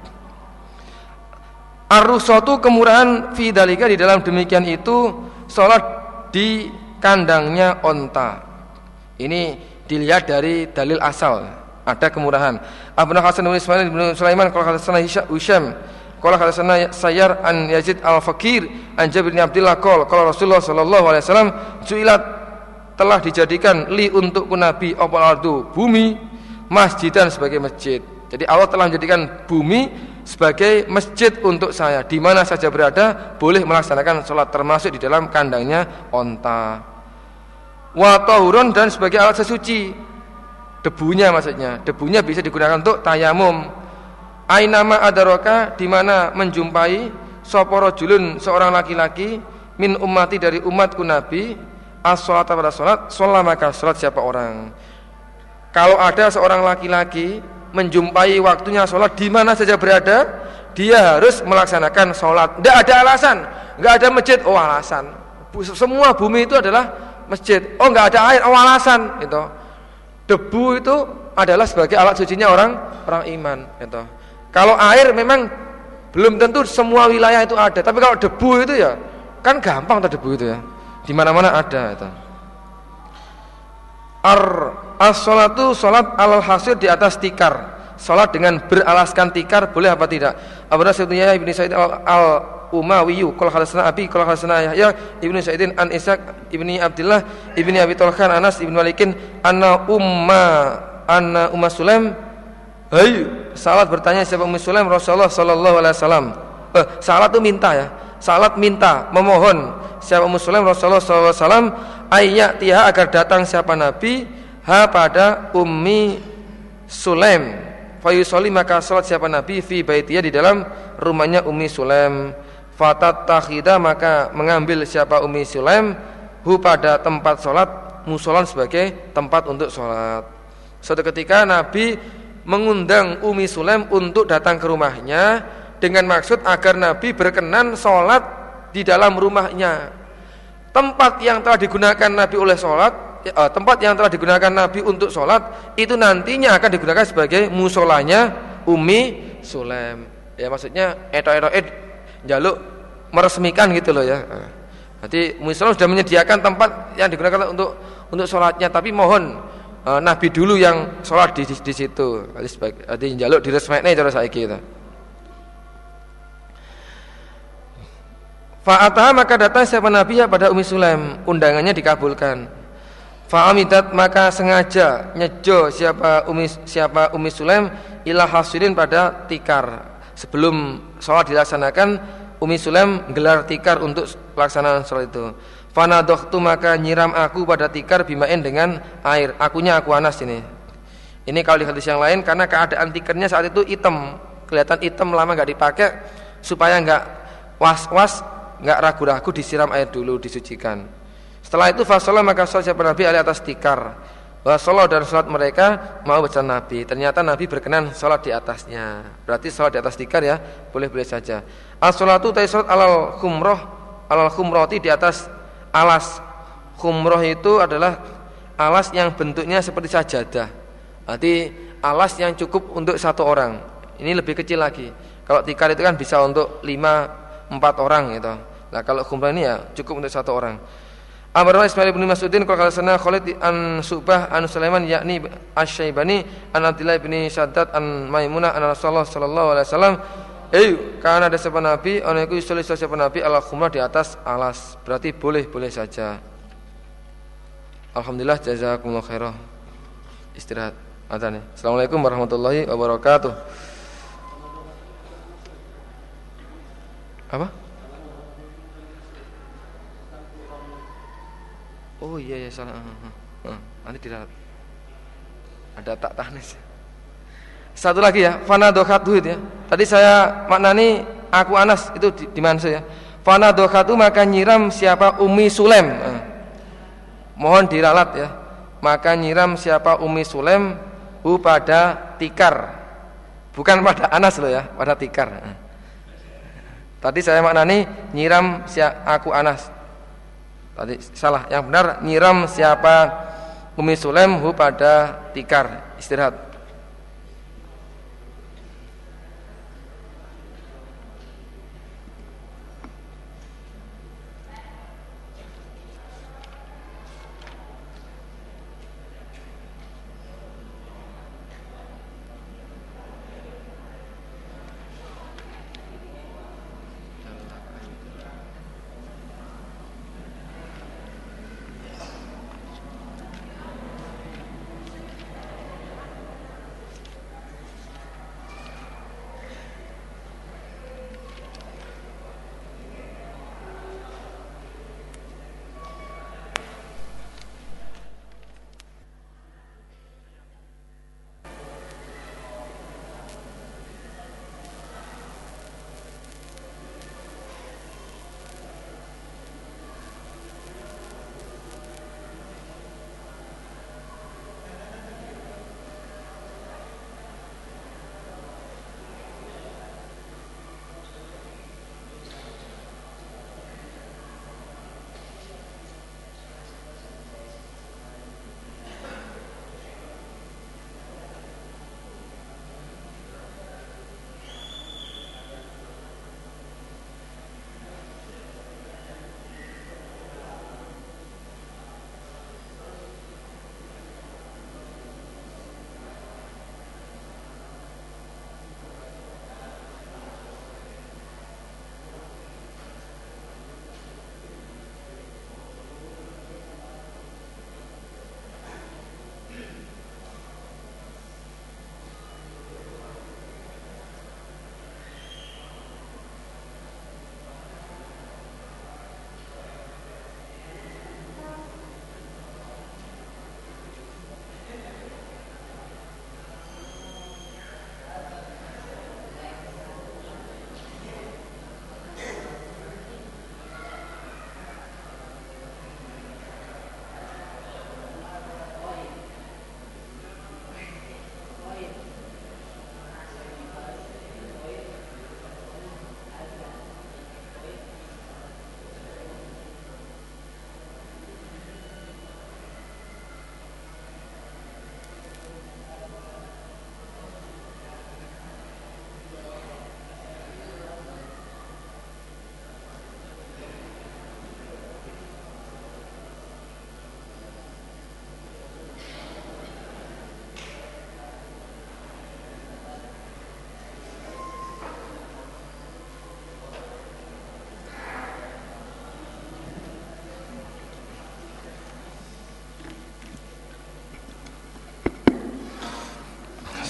Ar-rusatu kemurahan fi dalika di dalam demikian itu salat di kandangnya onta. Ini dilihat dari dalil asal, ada kemurahan. Abna Hasan bin Ismail bin Sulaiman qala hadatsana Hisham qala hadatsana Sayyar an Yazid al-Fakir an Jabir bin Abdullah qala Rasulullah sallallahu alaihi wasallam ju'ilat telah dijadikan li untukku Nabi opal ardu bumi masjidan sebagai masjid. Jadi Allah telah menjadikan bumi sebagai masjid untuk saya, di mana saja berada boleh melaksanakan sholat termasuk di dalam kandangnya onta. Wa tahuron dan sebagai alat sesuci, debunya maksudnya, debunya bisa digunakan untuk tayamum. Ainama adaraka, di mana menjumpai sapa rajulun seorang laki-laki min ummati dari umatku Nabi as-sholata pada salat, sholat maka salat siapa orang. Kalau ada seorang laki-laki menjumpai waktunya sholat di mana saja berada, dia harus melaksanakan sholat. Tidak ada alasan, nggak ada masjid, oh alasan. Semua bumi itu adalah masjid. Oh enggak ada air, oh alasan gitu. Debu itu adalah sebagai alat sucinya orang iman gitu. Kalau air memang belum tentu semua wilayah itu ada, tapi kalau debu itu ya kan gampang tuh debu itu ya. Di mana-mana ada itu. As-sholatu salat alal hasir di atas tikar. Salat dengan beralaskan tikar boleh apa tidak? Abu Rasulullah Ibnu Sa'id al-Umawiyu qala hadatsana Abi qala hadatsana Yahya Ibnu Sa'idin an Ishaq Ibni Abdullah Ibni Abi Talhan Anas Ibnu Malikin anna Umma Sulaim salat bertanya siapa Ummu Sulaim Rasulullah sallallahu alaihi wasallam. Salat itu minta ya. Salat minta, memohon siapa Ummu Sulaim Rasulullah sallallahu alaihi wasallam ayyatiha agar datang siapa Nabi pada Ummi Sulaim. Fayusolli maka salat siapa Nabi fi baitiya di dalam rumahnya Ummi Sulaim. Fatattakhida maka mengambil siapa Ummi Sulaim pada tempat salat musolan sebagai tempat untuk salat. Suatu ketika Nabi mengundang Ummi Sulaim untuk datang ke rumahnya dengan maksud agar Nabi berkenan salat di dalam rumahnya. Tempat yang telah digunakan Nabi oleh salat, tempat yang telah digunakan Nabi untuk sholat itu nantinya akan digunakan sebagai musolanya Ummi Sulaim. Ya maksudnya jaluk meresmikan gitu loh ya. Berarti Ummi Sulaim sudah menyediakan tempat yang digunakan untuk sholatnya, tapi mohon Nabi dulu yang sholat di situ. Berarti jaluk diresmekne cara saiki itu. Fa'ataha maka datang siapa Nabi ya pada Ummi Sulaim, undangannya dikabulkan. Fa'amidat maka sengaja nyejo siapa Ummi Sulaim ila hasirin pada tikar. Sebelum sholat dilaksanakan, Ummi Sulaim gelar tikar untuk pelaksanaan sholat itu. Fanadohtu maka nyiram aku pada tikar bimain dengan air. Akunya aku Anas ini. Ini kalau di hadis yang lain karena keadaan tikarnya saat itu hitam, kelihatan hitam lama enggak dipakai supaya enggak was-was, enggak ragu-ragu disiram air dulu disucikan. Setelah itu fasolah maka sholat siapa Nabi ali atas tikar. Wasolah dan sholat mereka mau baca Nabi. Ternyata Nabi berkenan sholat di atasnya. Berarti sholat di atas tikar ya boleh-boleh saja. As-sholatu ta'i sholat alal khumrati di atas alas. Khumroh itu adalah alas yang bentuknya seperti sajadah. Berarti alas yang cukup untuk satu orang. Ini lebih kecil lagi. Kalau tikar itu kan bisa untuk 5-4 orang gitu. Nah kalau khumroh ini ya cukup untuk satu orang. Amrullah Ismail bin Mas'udin qala sana Khalid an Subah an Sulaiman yakni Asy-Syaibani an Abdullah bin Shaddad an Maimunah an Rasulullah sallallahu alaihi wasallam karena ada siapa Nabi ana iku isul siapa Nabi ala khumrah di atas alas. Berarti boleh saja. Alhamdulillah jazakumullah khairah. Istirahat adzan. Assalamualaikum warahmatullahi wabarakatuh. Apa? Oh iya salah. Nanti tidak ada tak tahnis. Satu lagi ya, fanadokhatu itu ya. Tadi saya maknani aku Anas itu di mana ya? Fanadokhatu maka nyiram siapa Ummi Sulaim. Mohon diralat ya. Maka nyiram siapa Ummi Sulaim pada tikar. Bukan pada Anas loh ya, pada tikar. Tadi saya maknani nyiram aku Anas. Tadi salah, yang benar nyiram siapa Ummi Sulaim pada tikar. Istirahat.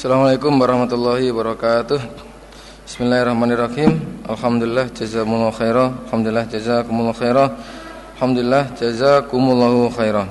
Assalamualaikum warahmatullahi wabarakatuh. Bismillahirrahmanirrahim. Alhamdulillah jazakumullahu khairan. Alhamdulillah jazakumullahu khairan. Alhamdulillah jazakumullahu khairan.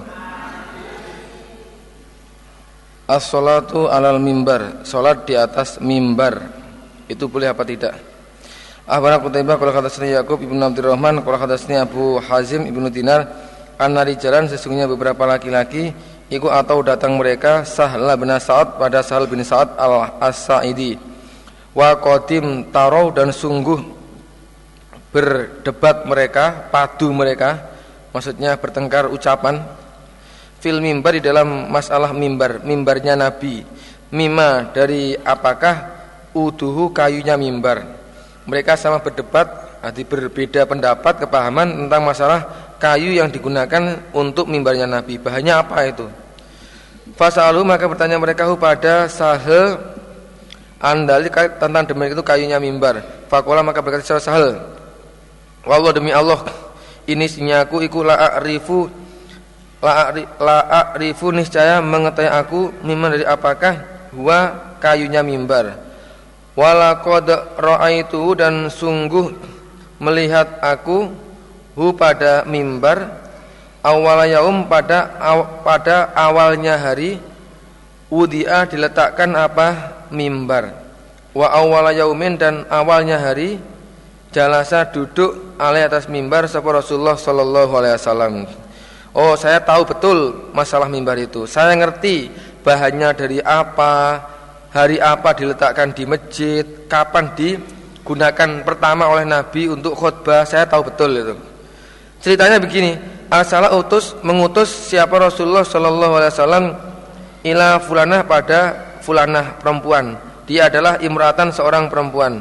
As-salatu alal mimbar, salat di atas mimbar. Itu boleh apa tidak? Akhbarana Qutaibah qala hadatsani Yaqub ibnu Abdurrahman qala hadatsani Abu Hazim ibnu Dinar anna rijalan, sesungguhnya beberapa laki-laki iku atau datang mereka Sahl bin Sa'ad pada Sahl bin Sa'ad al-As-Sa'idi wa qadim tarau, dan sungguh berdebat mereka, padu mereka, maksudnya bertengkar ucapan fil mimbar, di dalam masalah mimbar, mimbarnya Nabi, mima dari apakah, uduhu kayunya mimbar. Mereka sama berdebat, berbeda pendapat, kepahaman tentang masalah kayu yang digunakan untuk mimbarnya Nabi, bahannya apa itu. Fasalu, maka bertanya mereka pada Sahel andali tentang demikian itu kayunya mimbar. Faqala, maka berkata Sahel, wallah demi Allah, ini sinyaku iku la'arifu niscaya mengetahui aku mimman dari apakah huwa kayunya mimbar. Walaqad ra'aitu, dan sungguh melihat aku hu pada mimbar, awal yaum pada awalnya hari, wudi'a diletakkan apa, mimbar, wa awal yaumin, dan awalnya hari, jalasa duduk alai atas mimbar sapa Rasulullah sallallahu alaihi wasallam. Oh, saya tahu betul masalah mimbar itu, saya ngerti bahannya dari apa, hari apa diletakkan di masjid, kapan digunakan pertama oleh Nabi untuk khutbah, saya tahu betul itu. Ceritanya begini, Asala mengutus siapa Rasulullah sallallahu alaihi wasallam ila fulanah, pada fulanah perempuan. Dia adalah imratan, seorang perempuan.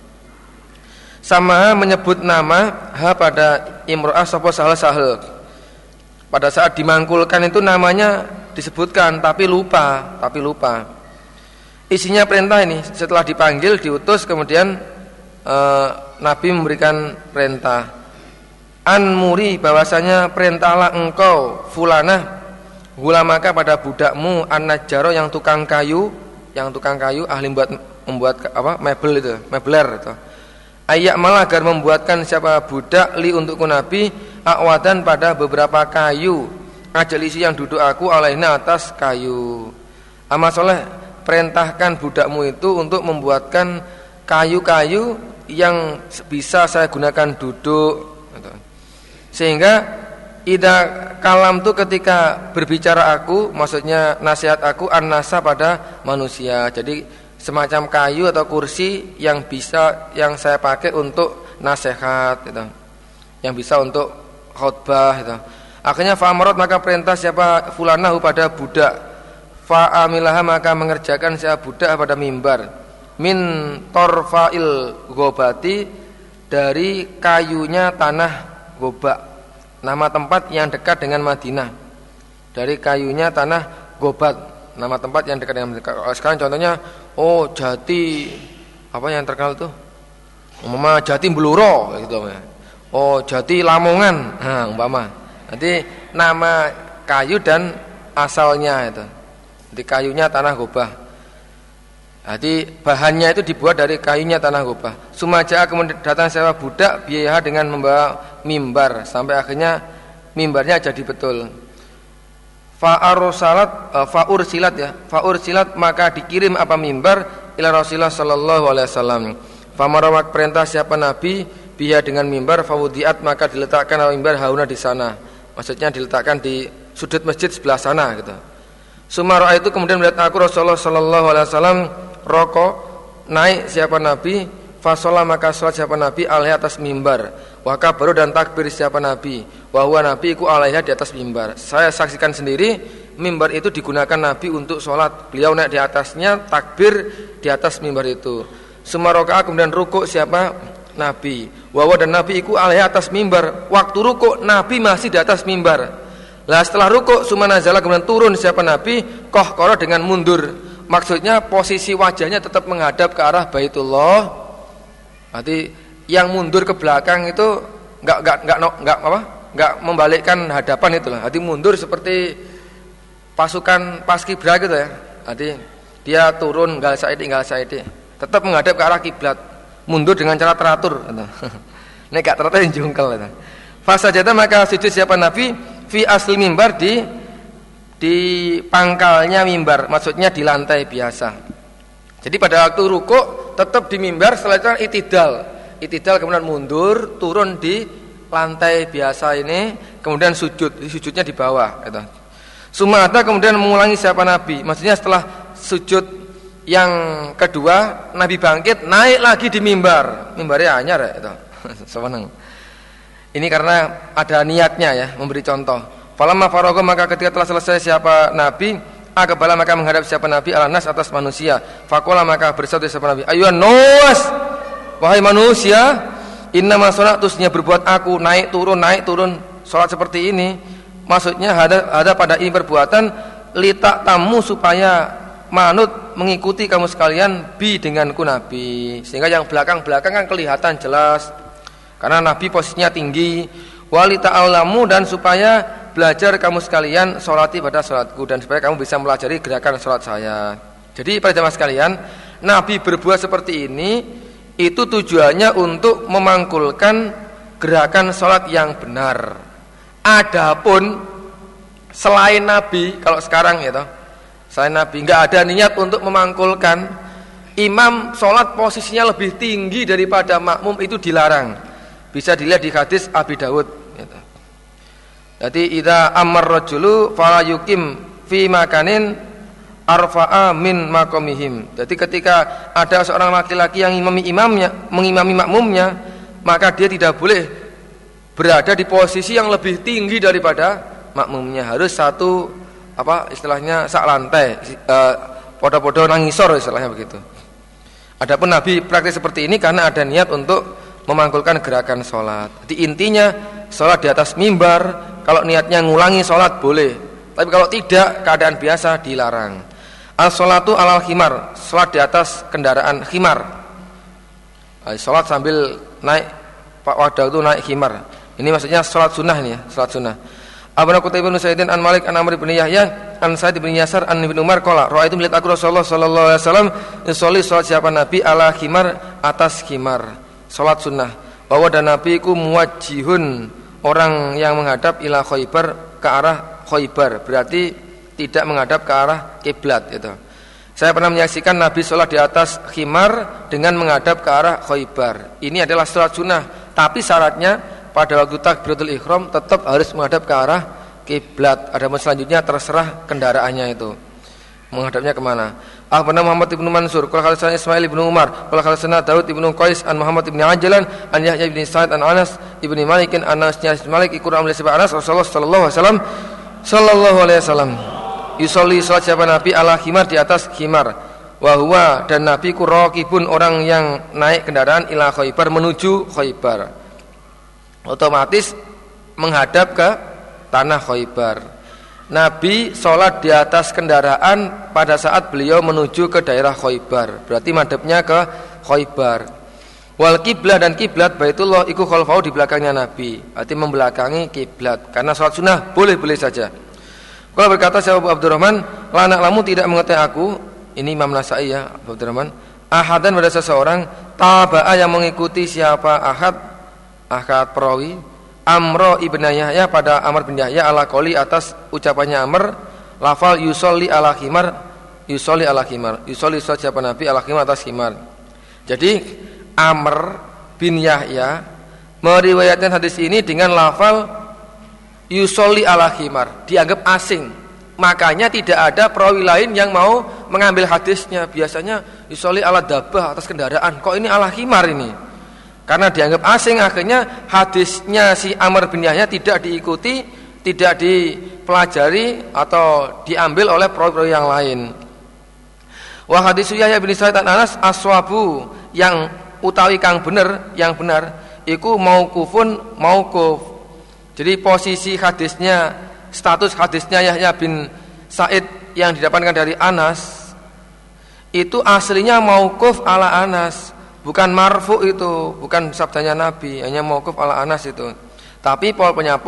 Sama menyebut nama ha pada imra'ah sapa Sahal. Pada saat dimangkulkan itu namanya disebutkan tapi lupa. Isinya perintah ini, setelah dipanggil, diutus, kemudian Nabi memberikan perintah. Anmuri, bahwasanya perintahlah engkau fulanah gulamaka pada budakmu an-najjaro, yang tukang kayu, ahli membuat apa, mebel itu, mebler itu. Ayak malah agar membuatkan siapa budak li untukku Nabi akwadan pada beberapa kayu, ajalisi yang duduk aku alaina atas kayu. Ama soleh, perintahkan budakmu itu untuk membuatkan kayu-kayu yang bisa saya gunakan duduk. Sehingga ida kalam tu, ketika berbicara aku, maksudnya nasihat aku, an-nasa pada manusia. Jadi semacam kayu atau kursi yang bisa, yang saya pakai untuk nasihat gitu, yang bisa untuk khutbah gitu. Akhirnya fa'amarat, maka perintah siapa fulanahu pada budak, fa'amilaha, maka mengerjakan siapa budak pada mimbar, min torfa'il gobati, dari kayunya tanah Gobak, nama tempat yang dekat dengan Madinah. Dari kayunya tanah Gobat, nama tempat yang dekat dengan Madinah. Sekarang contohnya, oh Jati, apa yang terkenal tuh? Umpama Jati Bluro gitu. Oh Jati Lamongan, nah umpama. Nanti nama kayu dan asalnya itu. Di kayunya tanah Gobah. Jadi bahannya itu dibuat dari kayunya tanah Gobah. Sumaja, kemudian datang sewa budak biaya dengan membawa mimbar, sampai akhirnya mimbarnya jadi betul. Fa'ursilat, maka dikirim apa mimbar ila Rasulullah sallallahu alaihi wasallam. Famarawak, perintah siapa Nabi biaya dengan mimbar, fawudiat, maka diletakkan mimbar hauna di sana. Maksudnya diletakkan di sudut masjid sebelah sana gitu. Sumara itu, kemudian melihat aku Rasulullah sallallahu alaihi wasallam rokok naik siapa Nabi, fasolah, maka sholat siapa Nabi alaihi atas mimbar, waka baru, dan takbir siapa Nabi, wahwa Nabi iku alaihi di atas mimbar. Saya saksikan sendiri mimbar itu digunakan Nabi untuk sholat, beliau naik di atasnya, takbir di atas mimbar itu. Sumaroka, kemudian rukuk siapa Nabi, wahwa, dan Nabi iku alaihi atas mimbar. Waktu rukuk Nabi masih di atas mimbar. Lah setelah rukuk sumanazala, kemudian turun siapa Nabi, kohkoro, dengan mundur. Maksudnya posisi wajahnya tetap menghadap ke arah Baitullah. Berarti yang mundur ke belakang itu enggak membalikkan hadapan itulah. Berarti mundur seperti pasukan paskibra gitu ya. Berarti dia turun gal saidi, tetap menghadap ke arah kiblat, mundur dengan cara teratur. Nek gak teratur jungkel. Fasajada maka sujud siapa Nabi fi asli mimbar di pangkalnya mimbar, maksudnya di lantai biasa. Jadi pada waktu rukuk tetap di mimbar, setelah itu itidal kemudian mundur, turun di lantai biasa ini, kemudian sujudnya di bawah. Gitu. Sumata kemudian mengulangi siapa Nabi, maksudnya setelah sujud yang kedua Nabi bangkit naik lagi di mimbar, mimbarnya anyar ya itu. Sewenang. Ini karena ada niatnya ya, memberi contoh. Falamma faragha maka ketika telah selesai siapa Nabi, aqbala maka menghadap siapa Nabi alanas atas manusia. Faqala maka bersabda siapa Nabi, "Ayyuhan nas, wahai manusia, innama sholatusnya berbuat aku naik turun salat seperti ini." Maksudnya ada pada ini perbuatan litak tamu supaya manut mengikuti kamu sekalian bi denganku Nabi, sehingga yang belakang kan kelihatan jelas karena Nabi posisinya tinggi. Walita alamu dan supaya belajar kamu sekalian sholati pada sholatku, dan supaya kamu bisa melajari gerakan sholat saya. Jadi pada jamaah sekalian, Nabi berbuat seperti ini itu tujuannya untuk memangkulkan gerakan sholat yang benar. Adapun selain Nabi, kalau sekarang gitu, selain Nabi nggak ada niat untuk memangkulkan, imam sholat posisinya lebih tinggi daripada makmum itu dilarang. Bisa dilihat di hadis Abi Dawud. Gitu. Jadi idza amar rajulu fala yuqim fi makanin arfa'a min maqamihim. Jadi ketika ada seorang laki-laki yang mengimami makmumnya, maka dia tidak boleh berada di posisi yang lebih tinggi daripada makmumnya, harus satu istilahnya sak lantai, podo-podo nangisor istilahnya begitu. Adapun Nabi praktis seperti ini karena ada niat untuk memangkulkan gerakan sholat. Jadi intinya sholat di atas mimbar, kalau niatnya ngulangi sholat boleh, tapi kalau tidak keadaan biasa dilarang. As-sholatu alal khimar, sholat di atas kendaraan khimar. Sholat sambil naik Pak Wadah itu naik khimar. Ini maksudnya sholat sunnah ini ya, sholat sunnah. Abana Qutaibah bin Sa'idin an Malik an Amr bin Yahya an Sa'id bin Yasar an Ibnu Umar qala ra'aitu melihat aku Rasulullah sallallahu alaihi wasallam yusolli salat siapa Nabi ala khimar atas khimar, salat sunnah. Bahwa dan Nabi ku muwajjihun, orang yang menghadap ila Khaybar, ke arah Khaybar, berarti tidak menghadap ke arah kiblat gitu. Saya pernah menyaksikan Nabi salat di atas khimar dengan menghadap ke arah Khaybar. Ini adalah salat sunnah, tapi syaratnya pada waktu takbiratul ihram tetap harus menghadap ke arah kiblat. Adapun selanjutnya terserah kendaraannya itu menghadapnya kemana. Akhbarana Muhammad ibnu Mansur qala hadatsana Ismail ibnu Umar qala hadatsana Daud ibnu Qais an Muhammad ibnu Ajlan an Yahya ibnu Sa'id an Anas ibnu Malik an Anas Malik ikut amli sebab Anas Rasulullah sallallahu alaihi wasallam yusolli salat siapa Nabi ala khimar di atas khimar, wa huwa dan Nabi ku raqibun, orang yang naik kendaraan ila Khaybar, menuju Khaybar, otomatis menghadap ke tanah Khaybar. Nabi sholat di atas kendaraan pada saat beliau menuju ke daerah Khaybar, berarti madhabnya ke Khaybar. Wal kiblah dan kiblat Baitullah iku khalfahu, di belakangnya Nabi, berarti membelakangi kiblat. Karena sholat sunnah boleh-boleh saja. Kalau berkata Syekh Abu Abdurrahman, la na'lamu tidak mengetahui aku, ini Imam Nasa'i ya, Abu Abdurrahman, ahadan pada seseorang taba'a yang mengikuti siapa ahad perawi Amro ibn Yahya pada Amr bin Yahya ala qoli atas ucapannya Amr lafal yusolli ala khimar, yusolli ala khimar, yusolli salat siapa Nabi ala khimar atas khimar. Jadi Amr bin Yahya meriwayatkan hadis ini dengan lafal yusolli ala khimar, dianggap asing, makanya tidak ada perawi lain yang mau mengambil hadisnya. Biasanya yusolli ala dabah, atas kendaraan, kok ini ala khimar ini? Karena dianggap asing, akhirnya hadisnya si Amr bin Yahya tidak diikuti, tidak dipelajari atau diambil oleh perawi-perawi yang lain. Wa hadis Yahya bin Sa'id an Anas aswabu, yang utawi kang bener, yang benar iku mauqufun mauquf. Jadi posisi hadisnya, status hadisnya Yahya bin Sa'id yang didapatkan dari Anas itu aslinya mauquf ala Anas, bukan marfu, itu bukan sabdanya Nabi, hanya mauquf ala Anas itu. Tapi pol penyapol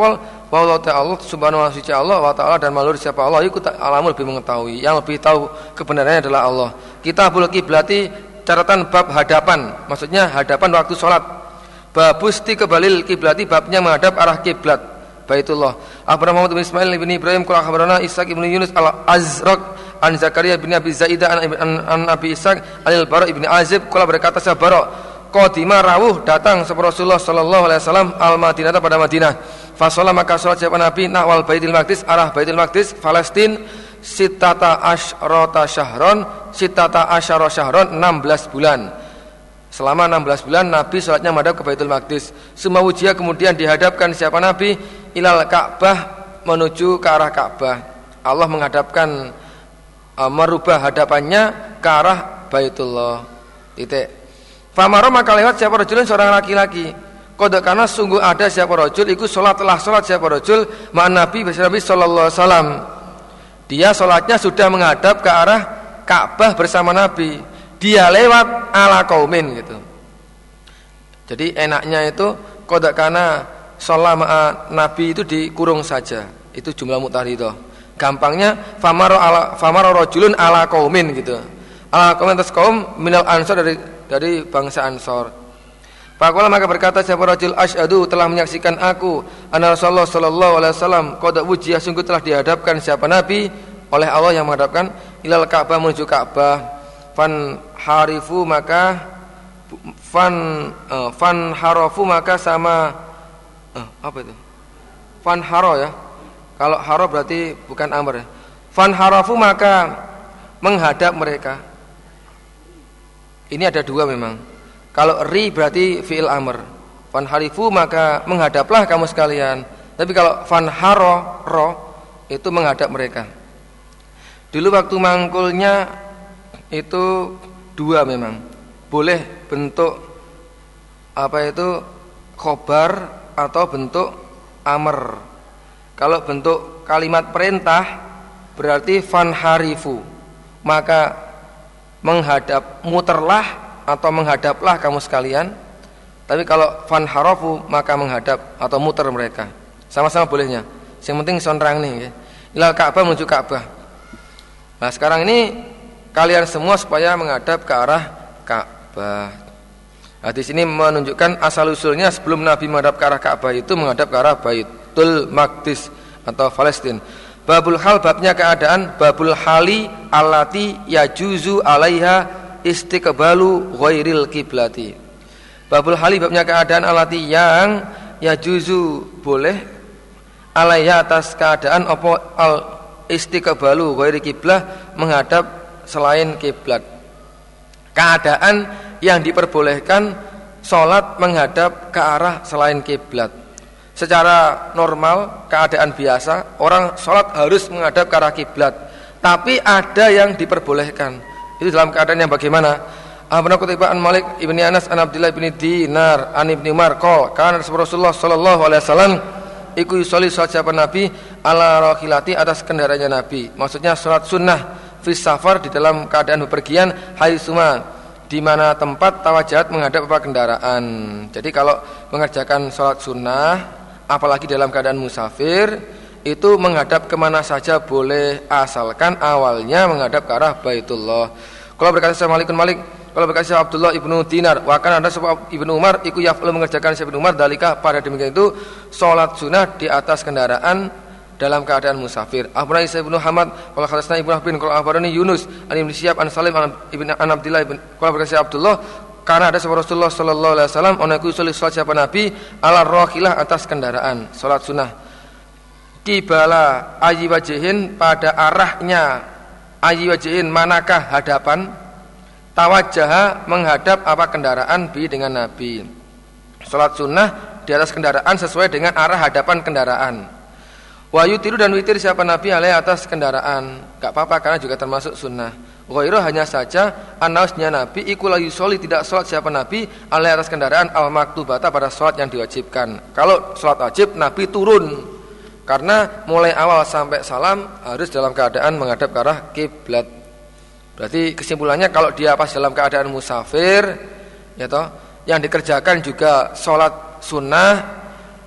Wa ta'ala subhanahu wa ta'ala dan mahlur siapa Allah iku alamu lebih mengetahui. Yang lebih tahu kebenarannya adalah Allah. Kitabul Qiblati catatan bab hadapan, maksudnya hadapan waktu sholat. Babusti kebalil kiblati, babnya menghadap arah kiblat Baitullah. Akhbarana Muhammad bin Ismail bin Ibrahim qala akhbarana Ishaq bin Yunus al-Azraq an Zakaria bin Abi Zaidah an Abi Ishaq al-Bara bin Azib qala berkata Bara qadima rawuh datang sapa Rasulullah sallallahu alaihi wasallam al-Madinah pada Madinah. Fa shalla maka salat siapa Nabi nahwal Baitul Maqdis arah Baitul Maqdis Palestina sitata asyrata syahron 16 bulan. Selama 16 bulan Nabi salatnya menghadap ke Baitul Maqdis. Sumawujia kemudian dihadapkan siapa Nabi ilal Ka'bah menuju ke arah Ka'bah. Allah menghadapkan merubah hadapannya ke arah Baitullah. Titik. Famaro maka lewat siapa rajulun seorang laki-laki. Qad kana sungguh ada siapa rajul iku salat siapa rajul ma'an Nabi bersama Nabi sallallahu alaihi wasallam. Dia salatnya sudah menghadap ke arah Ka'bah bersama Nabi. Dia lewat ala kaumin gitu. Jadi enaknya itu qad kana sholat Nabi itu dikurung saja. Itu jumlah mutahridhah. Gampangnya famaro rajulun ala kaumin gitu. Ala kaumin atas kaum minal ansor dari bangsa Ansor. Faqala maka berkata siapa rajul asyhadu telah menyaksikan aku anna Rasulullah sallallahu alaihi wasallam qad wujia sungguh telah dihadapkan siapa Nabi oleh Allah yang menghadapkan ilal Ka'bah menuju Ka'bah. Fan harafu maka sama apa itu? Fan haro ya. Kalau haro berarti bukan amr ya. Fan harafu maka menghadap mereka. Ini ada dua memang. Kalau ri berarti fi'il amr. Fan harifu maka menghadaplah kamu sekalian. Tapi kalau fan haro ro itu menghadap mereka. Dulu waktu mangkulnya itu dua memang. Boleh bentuk apa itu khobar atau bentuk amr. Kalau bentuk kalimat perintah berarti fanharifu, maka menghadap muterlah atau menghadaplah kamu sekalian. Tapi kalau fanharafu maka menghadap atau muter mereka. Sama-sama bolehnya. Yang penting sonrang nih ya. Ilal Ka'bah menuju Ka'bah. Nah, sekarang ini kalian semua supaya menghadap ke arah Ka'bah. Nah, di sini menunjukkan asal usulnya sebelum Nabi menghadap ke arah Ka'bah itu menghadap ke arah Baitul Maqdis atau Palestina. Babul hal babnya keadaan, babul hali allati yajuzu alaiha istiqbalu ghairil kiblati. Babul hali babnya keadaan allati yang yajuzu boleh alaiha atas keadaan apa al istiqbalu ghairi kiblah menghadap selain kiblat. Keadaan yang diperbolehkan sholat menghadap ke arah selain kiblat. Secara normal keadaan biasa orang sholat harus menghadap ke arah kiblat. Tapi ada yang diperbolehkan. Itu dalam keadaan yang bagaimana? Abna Qutaibah an Malik ibni Anas an Abdullah ibni Dinar an ibni Umar qol kana Rasulullah sallallahu alaihi wasallam iku yusolli sholat siapa Nabi ala rakhilati atas kendaraannya Nabi. Maksudnya sholat sunnah fis safar di dalam keadaan bepergian haitsuma di mana tempat tawajahat menghadap apa kendaraan. Jadi kalau mengerjakan sholat sunnah apalagi dalam keadaan musafir itu menghadap kemana saja boleh asalkan awalnya menghadap ke arah Baitullah. Kalau berkata Malik kalau berkata Abdullah ibnu Dinar wakan ada sebab ibnu Umar iku yaf'al mengerjakan ibnu Umar dalika pada demikian itu sholat sunnah di atas kendaraan dalam keadaan musafir. Akhbarani Isa bin Muhammad qala hadatsana Ibnu Habib qala akhbarani Yunus an Ibnu Syihab an Salim an Abdullah bin qala berkata Abdullah karena ada sahabat Rasulullah sallallahu alaihi wasallam onaku sholat siapa Nabi ala rahilah atas kendaraan salat sunnah kibala ayi wajihin pada arahnya ayi wajihin manakah hadapan tawajjaha menghadap apa kendaraan bi dengan Nabi. Salat sunnah di atas kendaraan sesuai dengan arah hadapan kendaraan. Wa yutiru dan witir siapa Nabi alaihi atas kendaraan. Enggak apa-apa karena juga termasuk sunnah. Ghairu hanya saja anausnya Nabi iku la yusolli tidak salat siapa Nabi alaihi atas kendaraan al maktubata pada salat yang diwajibkan. Kalau salat wajib Nabi turun. Karena mulai awal sampai salam harus dalam keadaan menghadap ke arah kiblat. Berarti kesimpulannya kalau dia pas dalam keadaan musafir ya toh yang dikerjakan juga salat sunnah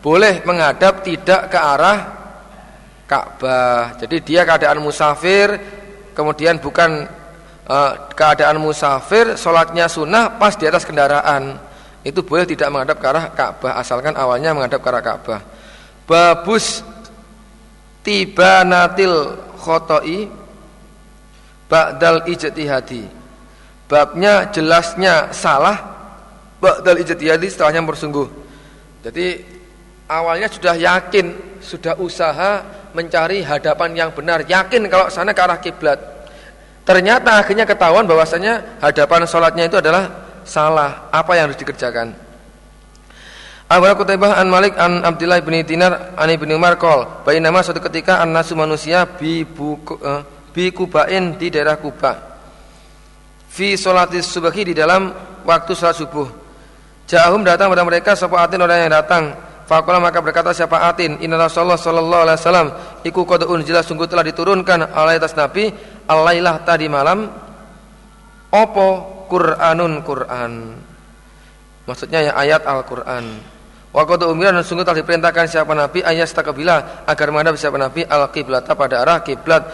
boleh menghadap tidak ke arah Ka'bah. Jadi dia keadaan musafir, kemudian bukan keadaan musafir, sholatnya sunnah pas di atas kendaraan, itu boleh tidak menghadap ke arah Ka'bah asalkan awalnya menghadap ke arah Ka'bah. Babus tibanatil khoto'i ba'dal ijtihadi. Babnya jelasnya salah ba'dal ijtihadi setelahnya bersungguh. Jadi awalnya sudah yakin, sudah usaha mencari hadapan yang benar, yakin kalau sana ke arah kiblat. Ternyata akhirnya ketahuan bahwasanya hadapan sholatnya itu adalah salah. Apa yang harus dikerjakan? Abu Qutaibah an Malik an Abdullah bin Dinar an Ibnu Umar qol, bainama suatu ketika an-nasu manusia bi Kubain di daerah Kuba. Fi sholatis subhi di dalam waktu salat subuh. Ja'ahum datang pada mereka sapa atin orang yang datang. Faqala maka berkata siapa atin, inna Rasulullah sallallahu alaihi wasallam iku qad unzila sungguh telah diturunkan alai atas Nabi al-lailah tadi malam opo Qur'anun Qur'an. Maksudnya ya ayat Al-Qur'an. Wa qad umira dan sungguh telah diperintahkan siapa Nabi ayastaqbila agar menghadap siapa Nabi al-qiblata pada arah kiblat.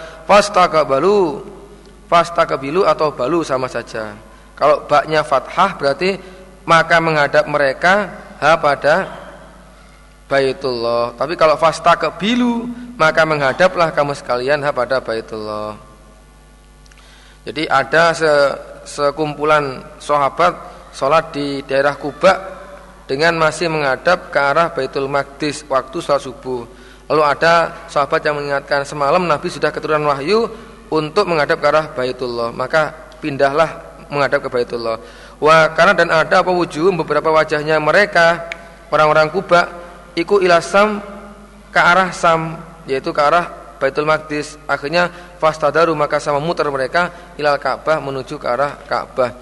Fastaqbilu atau balu sama saja. Kalau baknya fathah berarti maka menghadap mereka pada Baitullah. Tapi kalau fastaqbilu maka menghadaplah kamu sekalian pada Baitullah. Jadi ada sekumpulan sahabat sholat di daerah Kuba dengan masih menghadap ke arah Baitul Maqdis waktu sholat subuh. Lalu ada sahabat yang mengingatkan semalam Nabi sudah keturunan wahyu untuk menghadap ke arah Baitullah, maka pindahlah menghadap ke Baitullah. Wa karena dan ada apa wujuh beberapa wajahnya mereka orang-orang Kuba iku ila Sam ke arah Sam, yaitu ke arah Baitul Maqdis. Akhirnya fastadaru maka sama muter mereka ilal Ka'bah menuju ke arah Ka'bah.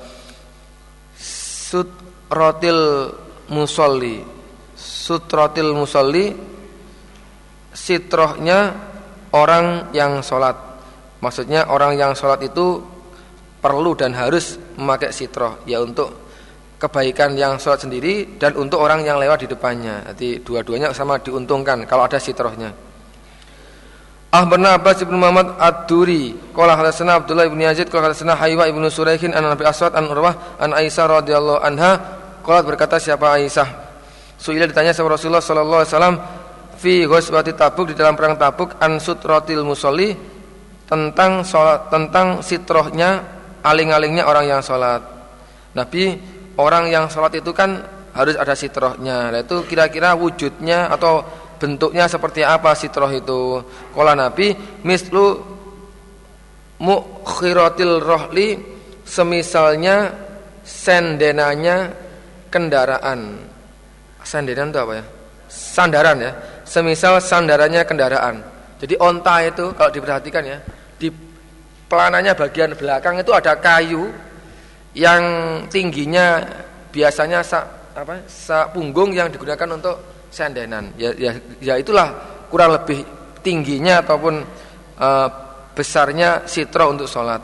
Sutratil musolli. Sutratil musolli sitrohnya orang yang sholat. Maksudnya orang yang sholat itu perlu dan harus memakai sitroh, ya untuk kebaikan yang sholat sendiri dan untuk orang yang lewat di depannya. Jadi dua-duanya sama diuntungkan kalau ada sitrohnya. Akhbarna Abbas bin Muhammad Ad-Duri qala hadatsana Abdullah bin Yazid qala hadatsana Haywa bin Suraihin an Nabi Aswad an Urwah an Aisyah radhiyallahu anha qalat berkata siapa Aisyah suila ditanya sama Rasulullah sallallahu alaihi wasallam fi ghazwati Tabuk di dalam perang Tabuk an sutratil musolli tentang salat, tentang sitrohnya aling-alingnya orang yang salat. Nabi orang yang salat itu kan harus ada sitrohnya. Nah itu kira-kira wujudnya atau bentuknya seperti apa sitroh itu? Qala Nabi mislu mukhiratil rohli semisalnya sendenanya kendaraan. Sendenan itu apa ya? Sandaran ya. Semisal sandarannya kendaraan. Jadi onta itu kalau diperhatikan ya, di pelananya bagian belakang itu ada kayu yang tingginya biasanya punggung yang digunakan untuk sendenan. Ya itulah kurang lebih tingginya ataupun besarnya sitro untuk sholat.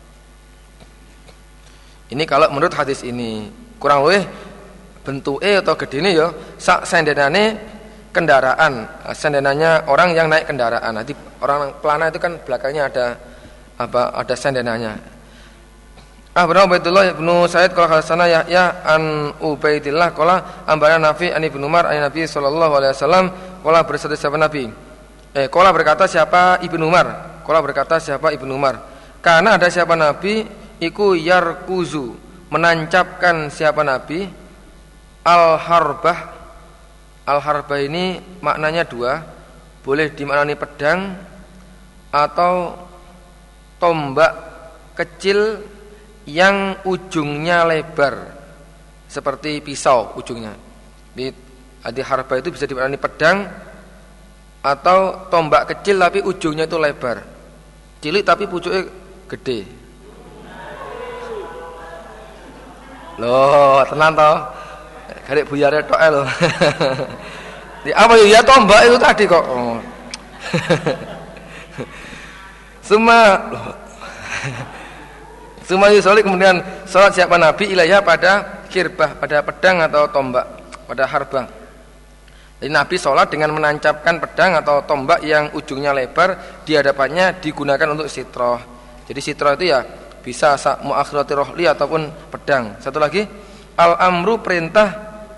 Ini kalau menurut hadis ini kurang lebih bentuknya atau gedene ya sak sendenane kendaraan, sendenannya orang yang naik kendaraan. Nanti orang pelana itu kan belakangnya ada sendenannya. Abraham Ubaidillah ibnu Sa'id qala hadatsana Yahya an Ubaidillah qala ambana Nafi an Ibnu Umar an Nabi sallallahu alaihi wasallam qala bersabda siapa Nabi qala berkata siapa Ibnu Umar qala berkata siapa Ibnu Umar karena ada siapa Nabi iku yarkuzu menancapkan siapa Nabi al-harbah. Al-harbah ini maknanya dua, boleh dimaknani pedang atau tombak kecil yang ujungnya lebar seperti pisau ujungnya. Di harbah itu bisa dimaknani pedang atau tombak kecil tapi ujungnya itu lebar. Cilik tapi pucuknya gede. Loh, tenang toh. Garek buyare tok lho. Di apa ya tombak itu tadi kok. Oh. Suma yusolli kemudian salat siapa Nabi ilaiha pada kirbah, pada pedang atau tombak, pada harbah. Jadi Nabi sholat dengan menancapkan pedang atau tombak yang ujungnya lebar di hadapannya digunakan untuk sitroh. Jadi sitroh itu ya bisa mu'akhirati rohli ataupun pedang. Satu lagi, al-amru perintah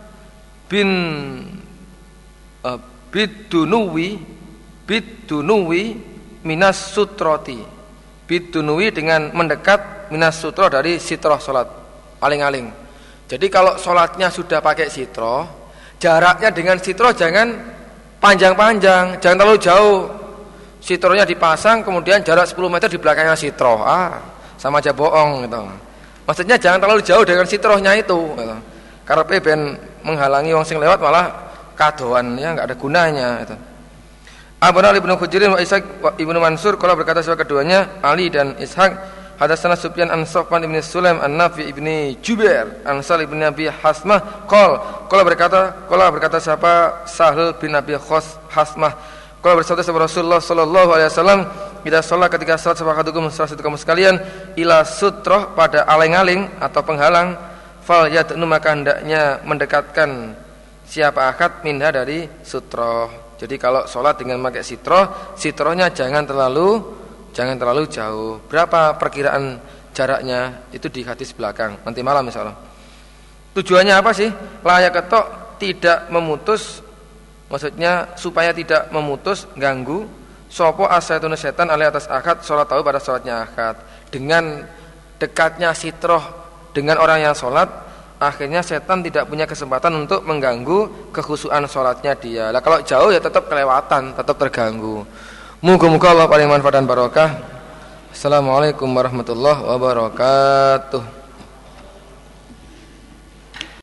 bidunuwi minas sutroti. Bidunuwi dengan mendekat minas sutro dari sitroh sholat, aling-aling. Jadi kalau sholatnya sudah pakai sitroh, jaraknya dengan sitroh jangan panjang-panjang, jangan terlalu jauh. Sitrohnya dipasang, kemudian jarak 10 meter di belakangnya sitroh. Sama aja bohong gitu. Maksudnya jangan terlalu jauh dengan sitrohnya itu gitu. Karepe ben menghalangi wong sing lewat malah kadoan, ya enggak ada gunanya gitu. Abu Ali bin Khujirin wa Ishaq ibnu Mansur kalau berkata sebagai keduanya Ali dan Ishaq, hadatsana Sufyan an Safwan ibn Sulaim an Nafi ibni Jubair an Sal ibn Abi Hasmah kalau berkata siapa Sahal bin Abi Hasmah kalau bersabda sahabat Rasulullah sallallahu alaihi wasallam, "Idza shalla ketika salat sahabatum salah satu kamu sekalian ila sutroh pada aling-aling atau penghalang, fal yadnu maka hendaknya mendekatkan siapa akad minha dari sutroh." Jadi kalau sholat dengan memakai sitrohnya jangan terlalu jauh. Berapa perkiraan jaraknya itu di hadis belakang. Nanti malam insyaallah. Tujuannya apa sih? Layak ketok tidak memutus, maksudnya supaya tidak memutus ganggu sopo asyatun setan alih atas akad sholat tahu pada sholatnya akad. Dengan dekatnya sitroh dengan orang yang sholat, akhirnya setan tidak punya kesempatan untuk mengganggu kekhusyuan sholatnya dia. Lah kalau jauh ya tetap kelewatan, tetap terganggu. Moga-moga Allah paling manfaat dan barokah. Assalamualaikum warahmatullahi wabarakatuh.